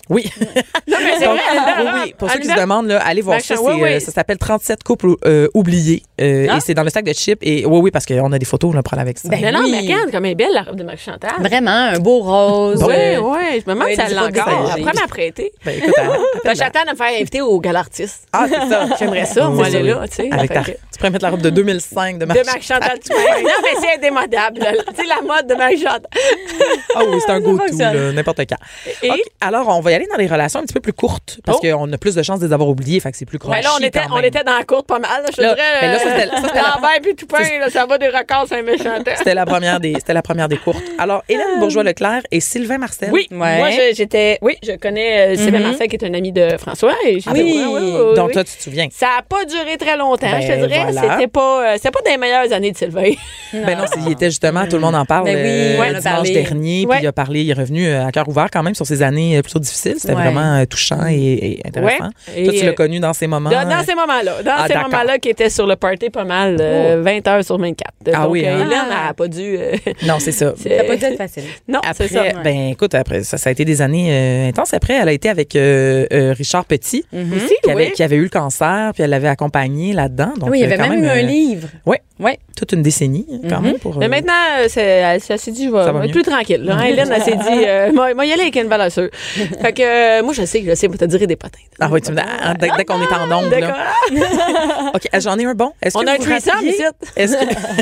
Oui. Non, mais c'est Donc, vrai. oui, oui. Pour ceux qui se demandent, là, allez voir Mac ça. Chantal, c'est, oui, euh, oui. Ça s'appelle trente-sept couples euh, oubliés. Euh, Ah. Et c'est dans le sac de chips. Et oui, oui, parce qu'on a des photos, on prend avec ça. Ben, Non, non, oui. mais regarde comme elle est belle, la robe de Mac Chantal. Vraiment, un beau rose. Oui, euh, oui. Je me demande ouais, si elle des l'a photos encore. désagrégées. Après m'apprêter. Ben, écoute, elle- Puis j'attends de me faire inviter au Gala Artiste. Ah, c'est ça. J'aimerais ça, moi, C'est aller ça, là, tu sais. Avec ta, Fait que- tu pourrais mettre la robe de deux mille cinq de De Mac Mac Chantal, tu m'as- Non, mais c'est indémodable. là. Tu sais, la mode de Mac Chantal. Ah oui, c'est un go-to, fonctionne. là, n'importe quand. Et- OK, alors, on va y aller dans des relations un petit peu plus courtes parce Oh. qu'on a plus de chances de les avoir oubliées, fait que c'est plus Ouais, crunchy là, on était, quand on même. était dans la courte pas mal. Là, je te Là, dirais, ben là, ça, c'était- ça, c'était la- Lambert puis Toupin, là, ça va des records, c'est un méchant temps. C'était la première des, c'était la première des courtes. Alors, Hélène Bourgeois-Leclerc et Sylvain Marcel. Oui, Ouais. moi, je- j'étais... Oui, je connais euh, Sylvain Mhm. Marcel, qui est un ami de François. Et j'ai- Ah, ben oui. Donc, oui. toi, tu te souviens. Ça n'a pas duré très longtemps, Ben, je te dirais. voilà. C'était pas, euh, c'était pas des meilleures années de Sylvain. Ben non, c'est- il était justement, tout le monde en parle Ben oui, euh, ouais, on a dimanche parlé. dernier, Ouais. puis il a parlé, il est revenu euh, à cœur ouvert quand même sur ses années euh, plutôt difficiles. C'était Ouais. vraiment euh, touchant et, et intéressant. Ouais. Toi, Et, tu l'as euh, connu dans ces moments. Dans, dans ces moments-là. Dans Ah, ces d'accord. moments-là qui étaient sur le party pas mal, euh, vingt heures sur vingt-quatre. Ah Donc, oui, euh, hein? Hélène n'a pas dû... euh, Non, c'est ça. c'est- Ça peut pas être facile. Non, c'est ça. Après, ben écoute, après ça, ça a été des années euh, intenses. Après, elle a été avec euh, euh, Richard Petit, Aussi, qui, avait, oui. qui avait eu le cancer, puis elle l'avait accompagné là-dedans. Donc, Oui, il y euh, avait quand même eu un euh, livre. Ouais, Ouais. toute une décennie quand même pour. Mais euh, maintenant, euh, c'est- elle, elle s'est dit, je vais, Ça va je vais être mieux. plus tranquille. Là. Hein, Hélène, elle s'est dit, euh, moi, moi, y aller avec une valeur sûre. Fait que euh, moi, je sais, je sais, moi, t'as diré des potins. Ah oui, tu me dis, ah, dès, dès qu'on est en onde, D'accord. là. OK, j'en ai un bon. Est-ce On que a un vous threesome rappeliez- ici. Est-ce que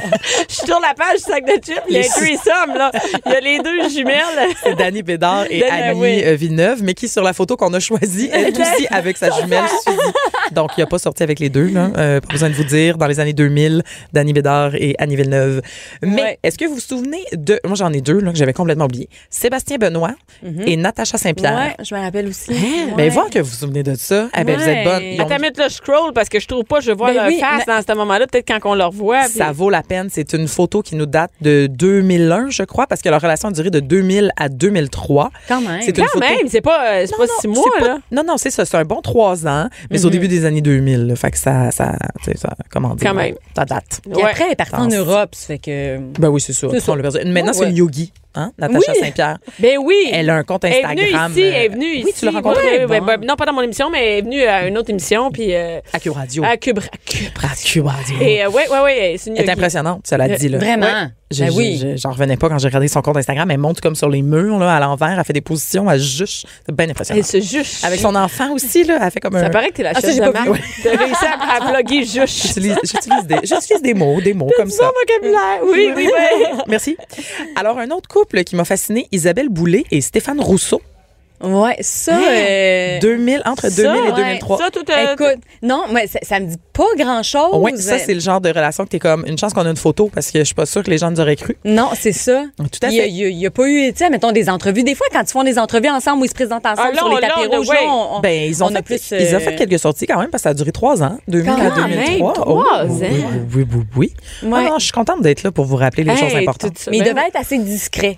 Je suis sur la page du sac de chips. Il y a un Les- threesome, là. Il y a les deux jumelles. c'est Dany Bédard et Dany, Annie oui. euh, Villeneuve, mais qui, sur la photo qu'on a choisie, elle est aussi avec sa jumelle Suzy. Donc, il n'a pas sorti avec les deux, là. Euh, pas besoin de vous dire, dans les années deux mille, Dany Bédard et Annie Villeneuve. Mais Ouais. est-ce que vous vous souvenez de... Moi, j'en ai deux, là, que j'avais complètement oublié. Sébastien Benoît et Natacha Saint-Pierre. Ouais, je me rappelle aussi. Ben, voir que vous vous souvenez de ça. Eh ben, vous êtes Ouais. bonne. Ils ont- Attends, mettre le scroll parce que je trouve pas, je vois Ben leur oui, face mais- dans ce moment-là. Peut-être quand on le revoit. puis- Ça vaut la peine. C'est une photo qui nous date de deux mille un, je crois, parce que leur relation a duré de deux mille à deux mille trois. Quand même. C'est une Quand photo. même, c'est pas, euh, c'est Non, pas non, six c'est mois, pas- là. Non, non, c'est ça. C'est un bon trois ans, mais c'est au début des années deux mille. Là, fait que ça, ça, tu sais, ça, comment dire? Quand même. Ça date. Puis Ouais. après, elle est partie en Pense. Europe, ça fait que... Ben oui, c'est ça. C'est ça. On l'a perdu. Maintenant, Ouais, c'est une ouais. yogi, hein, Natacha Oui. Saint-Pierre. Ben oui. Elle a un compte Elle est Instagram. venue ici, elle est euh, venue Oui, ici. tu l'as rencontrée. Ouais, ouais, Bon. ouais, non, pas dans mon émission, mais elle est venue à une autre émission, puis euh, À Cube Radio. à Cube. à Cube. À Cube Radio. Et euh, ouais, ouais, ouais, c'est une Elle est yogi. impressionnante, cela dit. Là. Vraiment. Je- Ben je- oui. je- J'en revenais pas quand j'ai regardé son compte Instagram. Elle monte comme sur les murs, là, à l'envers. Elle fait des positions, elle juche. C'est bien impressionnant. Elle se juche. Avec son enfant aussi, là, elle fait comme un... Ça paraît que t'es la Ah, ça, chef j'ai de pas marque. vu. T'as réussi à, à plugger juche. J'utilise j'utilise des, j'utilise des mots, des mots comme ça. Son vocabulaire. Oui, oui, oui. Merci. Alors, un autre couple qui m'a fasciné, Isabelle Boulay et Stéphane Rousseau. Ouais, ça... euh, deux mille, entre ça, deux mille et ouais. deux mille trois. Ça, tout euh, Écoute, non, mais ça, ça me dit pas grand-chose. Oui, ça, c'est le genre de relation que t'es comme une chance qu'on a une photo parce que je suis pas sûre que les gens nous auraient cru. Non, c'est ça. Tout à Il y a, fait. il y a- il y a pas eu, tu sais, mettons des entrevues. Des fois, quand ils font des entrevues ensemble où ils se présentent ensemble Ah, là, sur on- les là, tapis on a- rouges, ouais. là, on, on- Ben, ils ont, on a fait, plus, ils ont euh, fait quelques sorties quand même parce que ça a duré trois ans, deux mille Quand à deux mille trois. même, trois oui, ans. oui, oui, oui, oui. Ouais. Ah non, je suis contente d'être là pour vous rappeler les Hey, choses importantes. tout ça. Mais il Ben devait être assez discret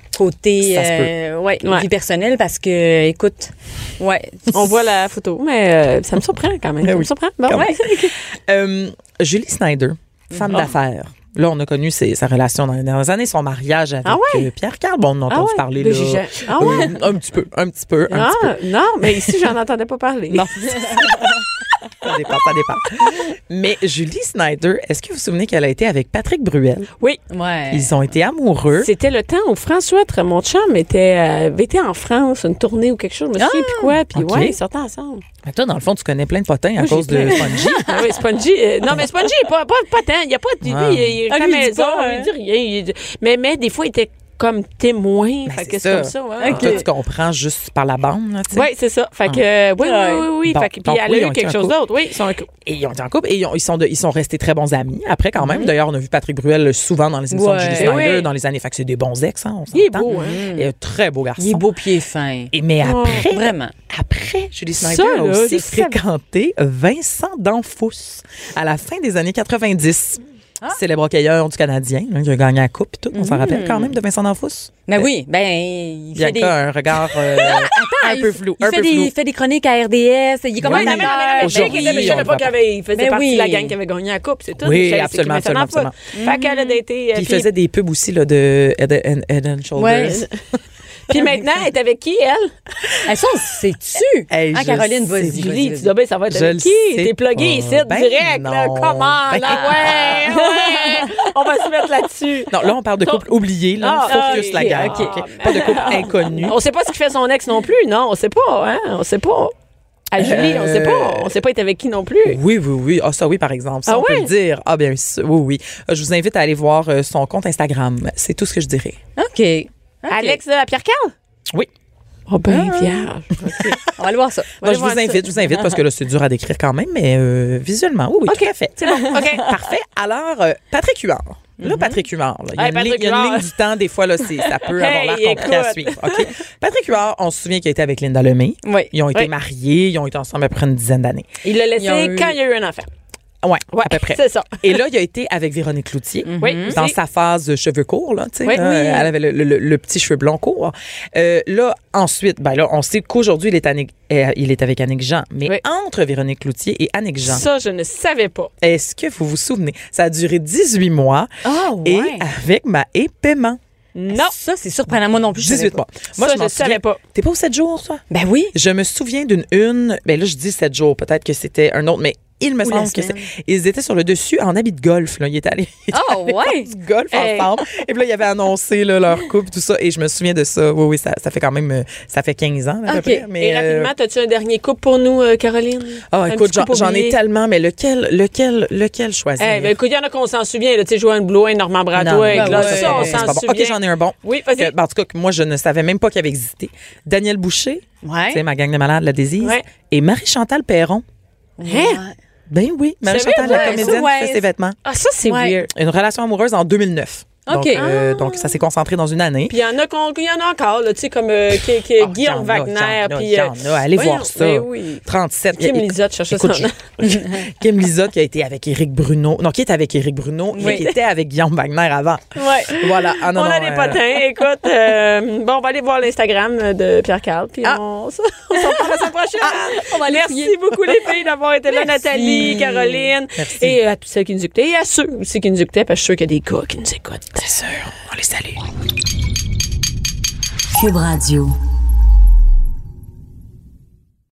côté Ça se peut. euh, ouais, Ouais. vie personnelle parce que, écoute, ouais. On voit la photo, mais euh, ça me surprend quand même. Ben Ça me oui. surprend. Bon, Quand ouais. Euh, Julie Snyder, femme Oh. d'affaires. Là, on a connu ses- sa relation dans les dernières années, son mariage avec Ah ouais? euh, Pierre Carl. Bon, on a Ah entendu ouais, parler le là. Gigant. Ah ouais? Euh, un petit peu, un petit peu, un Ah, petit peu. non, mais ici, j'en entendais pas parler. Non. Ça dépend, ça dépend. Mais Julie Snyder, est-ce que vous vous souvenez qu'elle a été avec Patrick Bruel? Oui. Ouais. Ils ont été amoureux. C'était le temps où François, mon chum, était, euh, avait été en France, une tournée ou quelque chose. Je me souviens plus quoi. Puis ok. ouais, ils sortaient ensemble. Mais toi, dans le fond, tu connais plein de potins à Moi, cause j'ai de plein- Spongy. Ah oui, Spongy. euh, non, mais Spongy, pas, pas, pas tant. Il n'y a pas de. Lui, Ah. il, il est Ah, à la lui, il dit maison, pas, hein. il dit rien. il dit- mais, mais des fois, il était comme témoin. Ben, fait que c'est c'est ça. comme ça. Ouais, Toi, ouais. tu comprends juste par la bande, là, tu sais. Oui, c'est ça. Fait que, euh, oui, Ouais. oui, oui, oui. Bon, Fait que, puis donc, elle oui, a ils ont eu été quelque un chose couple. d'autre. Oui, ils sont un couple. Et ils ont été en couple et ils, ont- ils sont de- ils sont restés très bons amis après quand même. D'ailleurs, on a vu Patrick Bruel souvent dans les émissions de Ouais. Julie Snyder Oui. dans les années. Fait que c'est des bons ex, hein, on Il est s'entend. beau, hein? Et un très beau garçon. Il est beau pied fin. Et mais après, Vraiment. après, Julie Ça, Snyder a là, aussi je savais. fréquenté Vincent D'Anfous à la fin des années quatre-vingt-dix. Ah. Célèbre hockeyeur du Canadien, là, qui a gagné la coupe et tout. On Mm. s'en rappelle quand même de Vincent D'Anfous. Mais oui, ben, il fait Bianca des... a un regard euh, un il- peu flou. Il un fait, peu des, flou. il fait des chroniques à R D S. Il est comme Oui. un Non, mais non, mais non, mais je sais Aujourd'hui, qu'il était- je on savais le pas voit qu'il avait- il faisait Ben partie oui. de la gang qui avait gagné la coupe, c'est tout. Oui, C'est- c'est absolument, qu'il m'a absolument, fait Fait qu'elle a daté. euh, Puis il puis- faisait des pubs aussi là, de Head, Head, Head and Shoulders. Ouais. Puis maintenant, elle est avec qui, elle? Elles sont, c'est-tu? Hey, hein, je Caroline, sais, vas-y. Julie, vas-y, tu vas-y. dis, ben, ça va être Je avec le qui? sais T'es plugué pas. ici, Ben direct, là. non. Comment, Ben- là? Ouais, ouais. On va se mettre là-dessus. Non, là, on parle de couple oublié, là. Ah, Focus ok, la gang. ok. OK? Pas de couple inconnu. On sait pas ce qu'il fait son ex non plus, non? On sait pas, hein? On sait pas. À Julie, on sait pas. On sait pas être avec qui non plus. Oui, oui, oui. Ah, ça, oui, par exemple. Ça, Ah on peut ouais? le dire. Ah, bien sûr. Oui, oui. Euh, Je vous invite à aller voir euh, son compte Instagram. C'est tout ce que je dirais. OK. OK. Alex euh, Pierre-Carl? Oui. Oh, ben, vierge. On va aller voir ça. On va Non, je voir vous invite, je vous invite parce que là, c'est dur à décrire quand même, mais euh, visuellement, oui, oui, OK. tout à fait. C'est bon. OK. Parfait. Alors, euh, Patrick Huard. Là, Patrick Huard, là, il y a, Hey, une, Patrick ligne- il y a une Huard. ligne du temps, des fois, là, c'est- ça peut avoir Hey, l'air compliqué à écoute. suivre. OK? Patrick Huard, on se souvient qu'il a été avec Linda Lemay. Oui. Ils ont été Oui. mariés, ils ont été ensemble après une dizaine d'années. Il l'a laissé Ils ont eu- quand il y a eu un enfant. Ouais, Ouais, à peu près. c'est ça. Et là, il a été avec Véronique Cloutier. Oui, Dans aussi. sa phase de cheveux courts, là, tu sais. Oui. là, Oui. Elle avait le, le- le- le petit cheveu blond court. Euh, là, ensuite, ben là, on sait qu'aujourd'hui, il est, Annick- euh, il est avec Annick Jean. Mais Oui. entre Véronique Cloutier et Annick Jean, Ça, je ne savais pas. est-ce que vous vous souvenez? Ça a duré dix-huit mois. Ah, Et ouais. avec ma et paiement. Non. Ça, c'est surprenant. Moi non plus, je savais dix-huit pas. mois. Moi, Ça, je m'en je savais souviens pas. T'es pas au sept jours, toi? Ben oui. Je me souviens d'une une. Ben là, je dis sept jours. Peut-être que c'était un autre, mais il me Ou semble la que c'est. semaine. Ils étaient sur le dessus en habit de golf. Là. Ils étaient allés, ils étaient Ah, allés ouais? faire du golf Hey. ensemble. Et puis là, ils avaient annoncé là, leur couple, tout ça. Et je me souviens de ça. Oui, oui, ça, ça fait quand même. euh, Ça fait quinze ans, à peu OK. près. Mais, Et euh, rapidement, as-tu un dernier couple pour nous, euh, Caroline? Ah, Un écoute, petit j'en, couple j'en ai oublié? tellement, mais lequel, lequel, lequel choisir? Eh, ben, écoute, il y en a qu'on s'en souvient, là, tu sais, Joanne Blouin, Normand Brathwaite, Non, là, ben ouais, ça, on c'est s'en pas bon. souvient. OK, j'en ai un bon. Oui, vas-y. Que, ben, en tout cas, que moi, je ne savais même pas qu'il avait existé. Daniel Boucher, Ouais. tu sais, ma gang de malades, la désise. Ouais. Et Marie-Chantal Perron. Hein? Ben oui, Marie-Chantal, vrai, la ouais, comédienne ça, qui ouais. fait ses vêtements. Ah, ça, c'est Ouais. weird. Une relation amoureuse en deux mille neuf. Donc, OK. euh, donc, ça s'est concentré dans une année. Puis il y en a qu'on- il y en a encore, là, tu sais, comme euh, qui- qui- Ah, Guillaume il y en a, Wagner. il y en a, Puis, il y euh, en a. Allez voyons, voir ça. mais oui. trente-sept. Kim Écoute, Lizotte, cherchez écoute, son nom. je- Kim Lizotte qui a été avec Éric Bruno. Non, qui est avec Éric Bruno, mais Oui. qui était avec Guillaume Wagner avant. Ouais. Voilà. Ah, non, on a non, des euh, potins. Écoute, euh, bon, on va aller voir l'Instagram de Pierre Carl, puis Ah. on, on s'en parle la semaine prochaine. on va aller Merci fouiller. beaucoup, les filles, d'avoir été là, Nathalie, Caroline. Merci. Et à toutes celles qui nous écoutaient, et à ceux aussi qui nous écoutaient, parce que je suis sûre qu'il y a des gars qui nous écoutent. C'est sûr. On les salue. Cube Radio.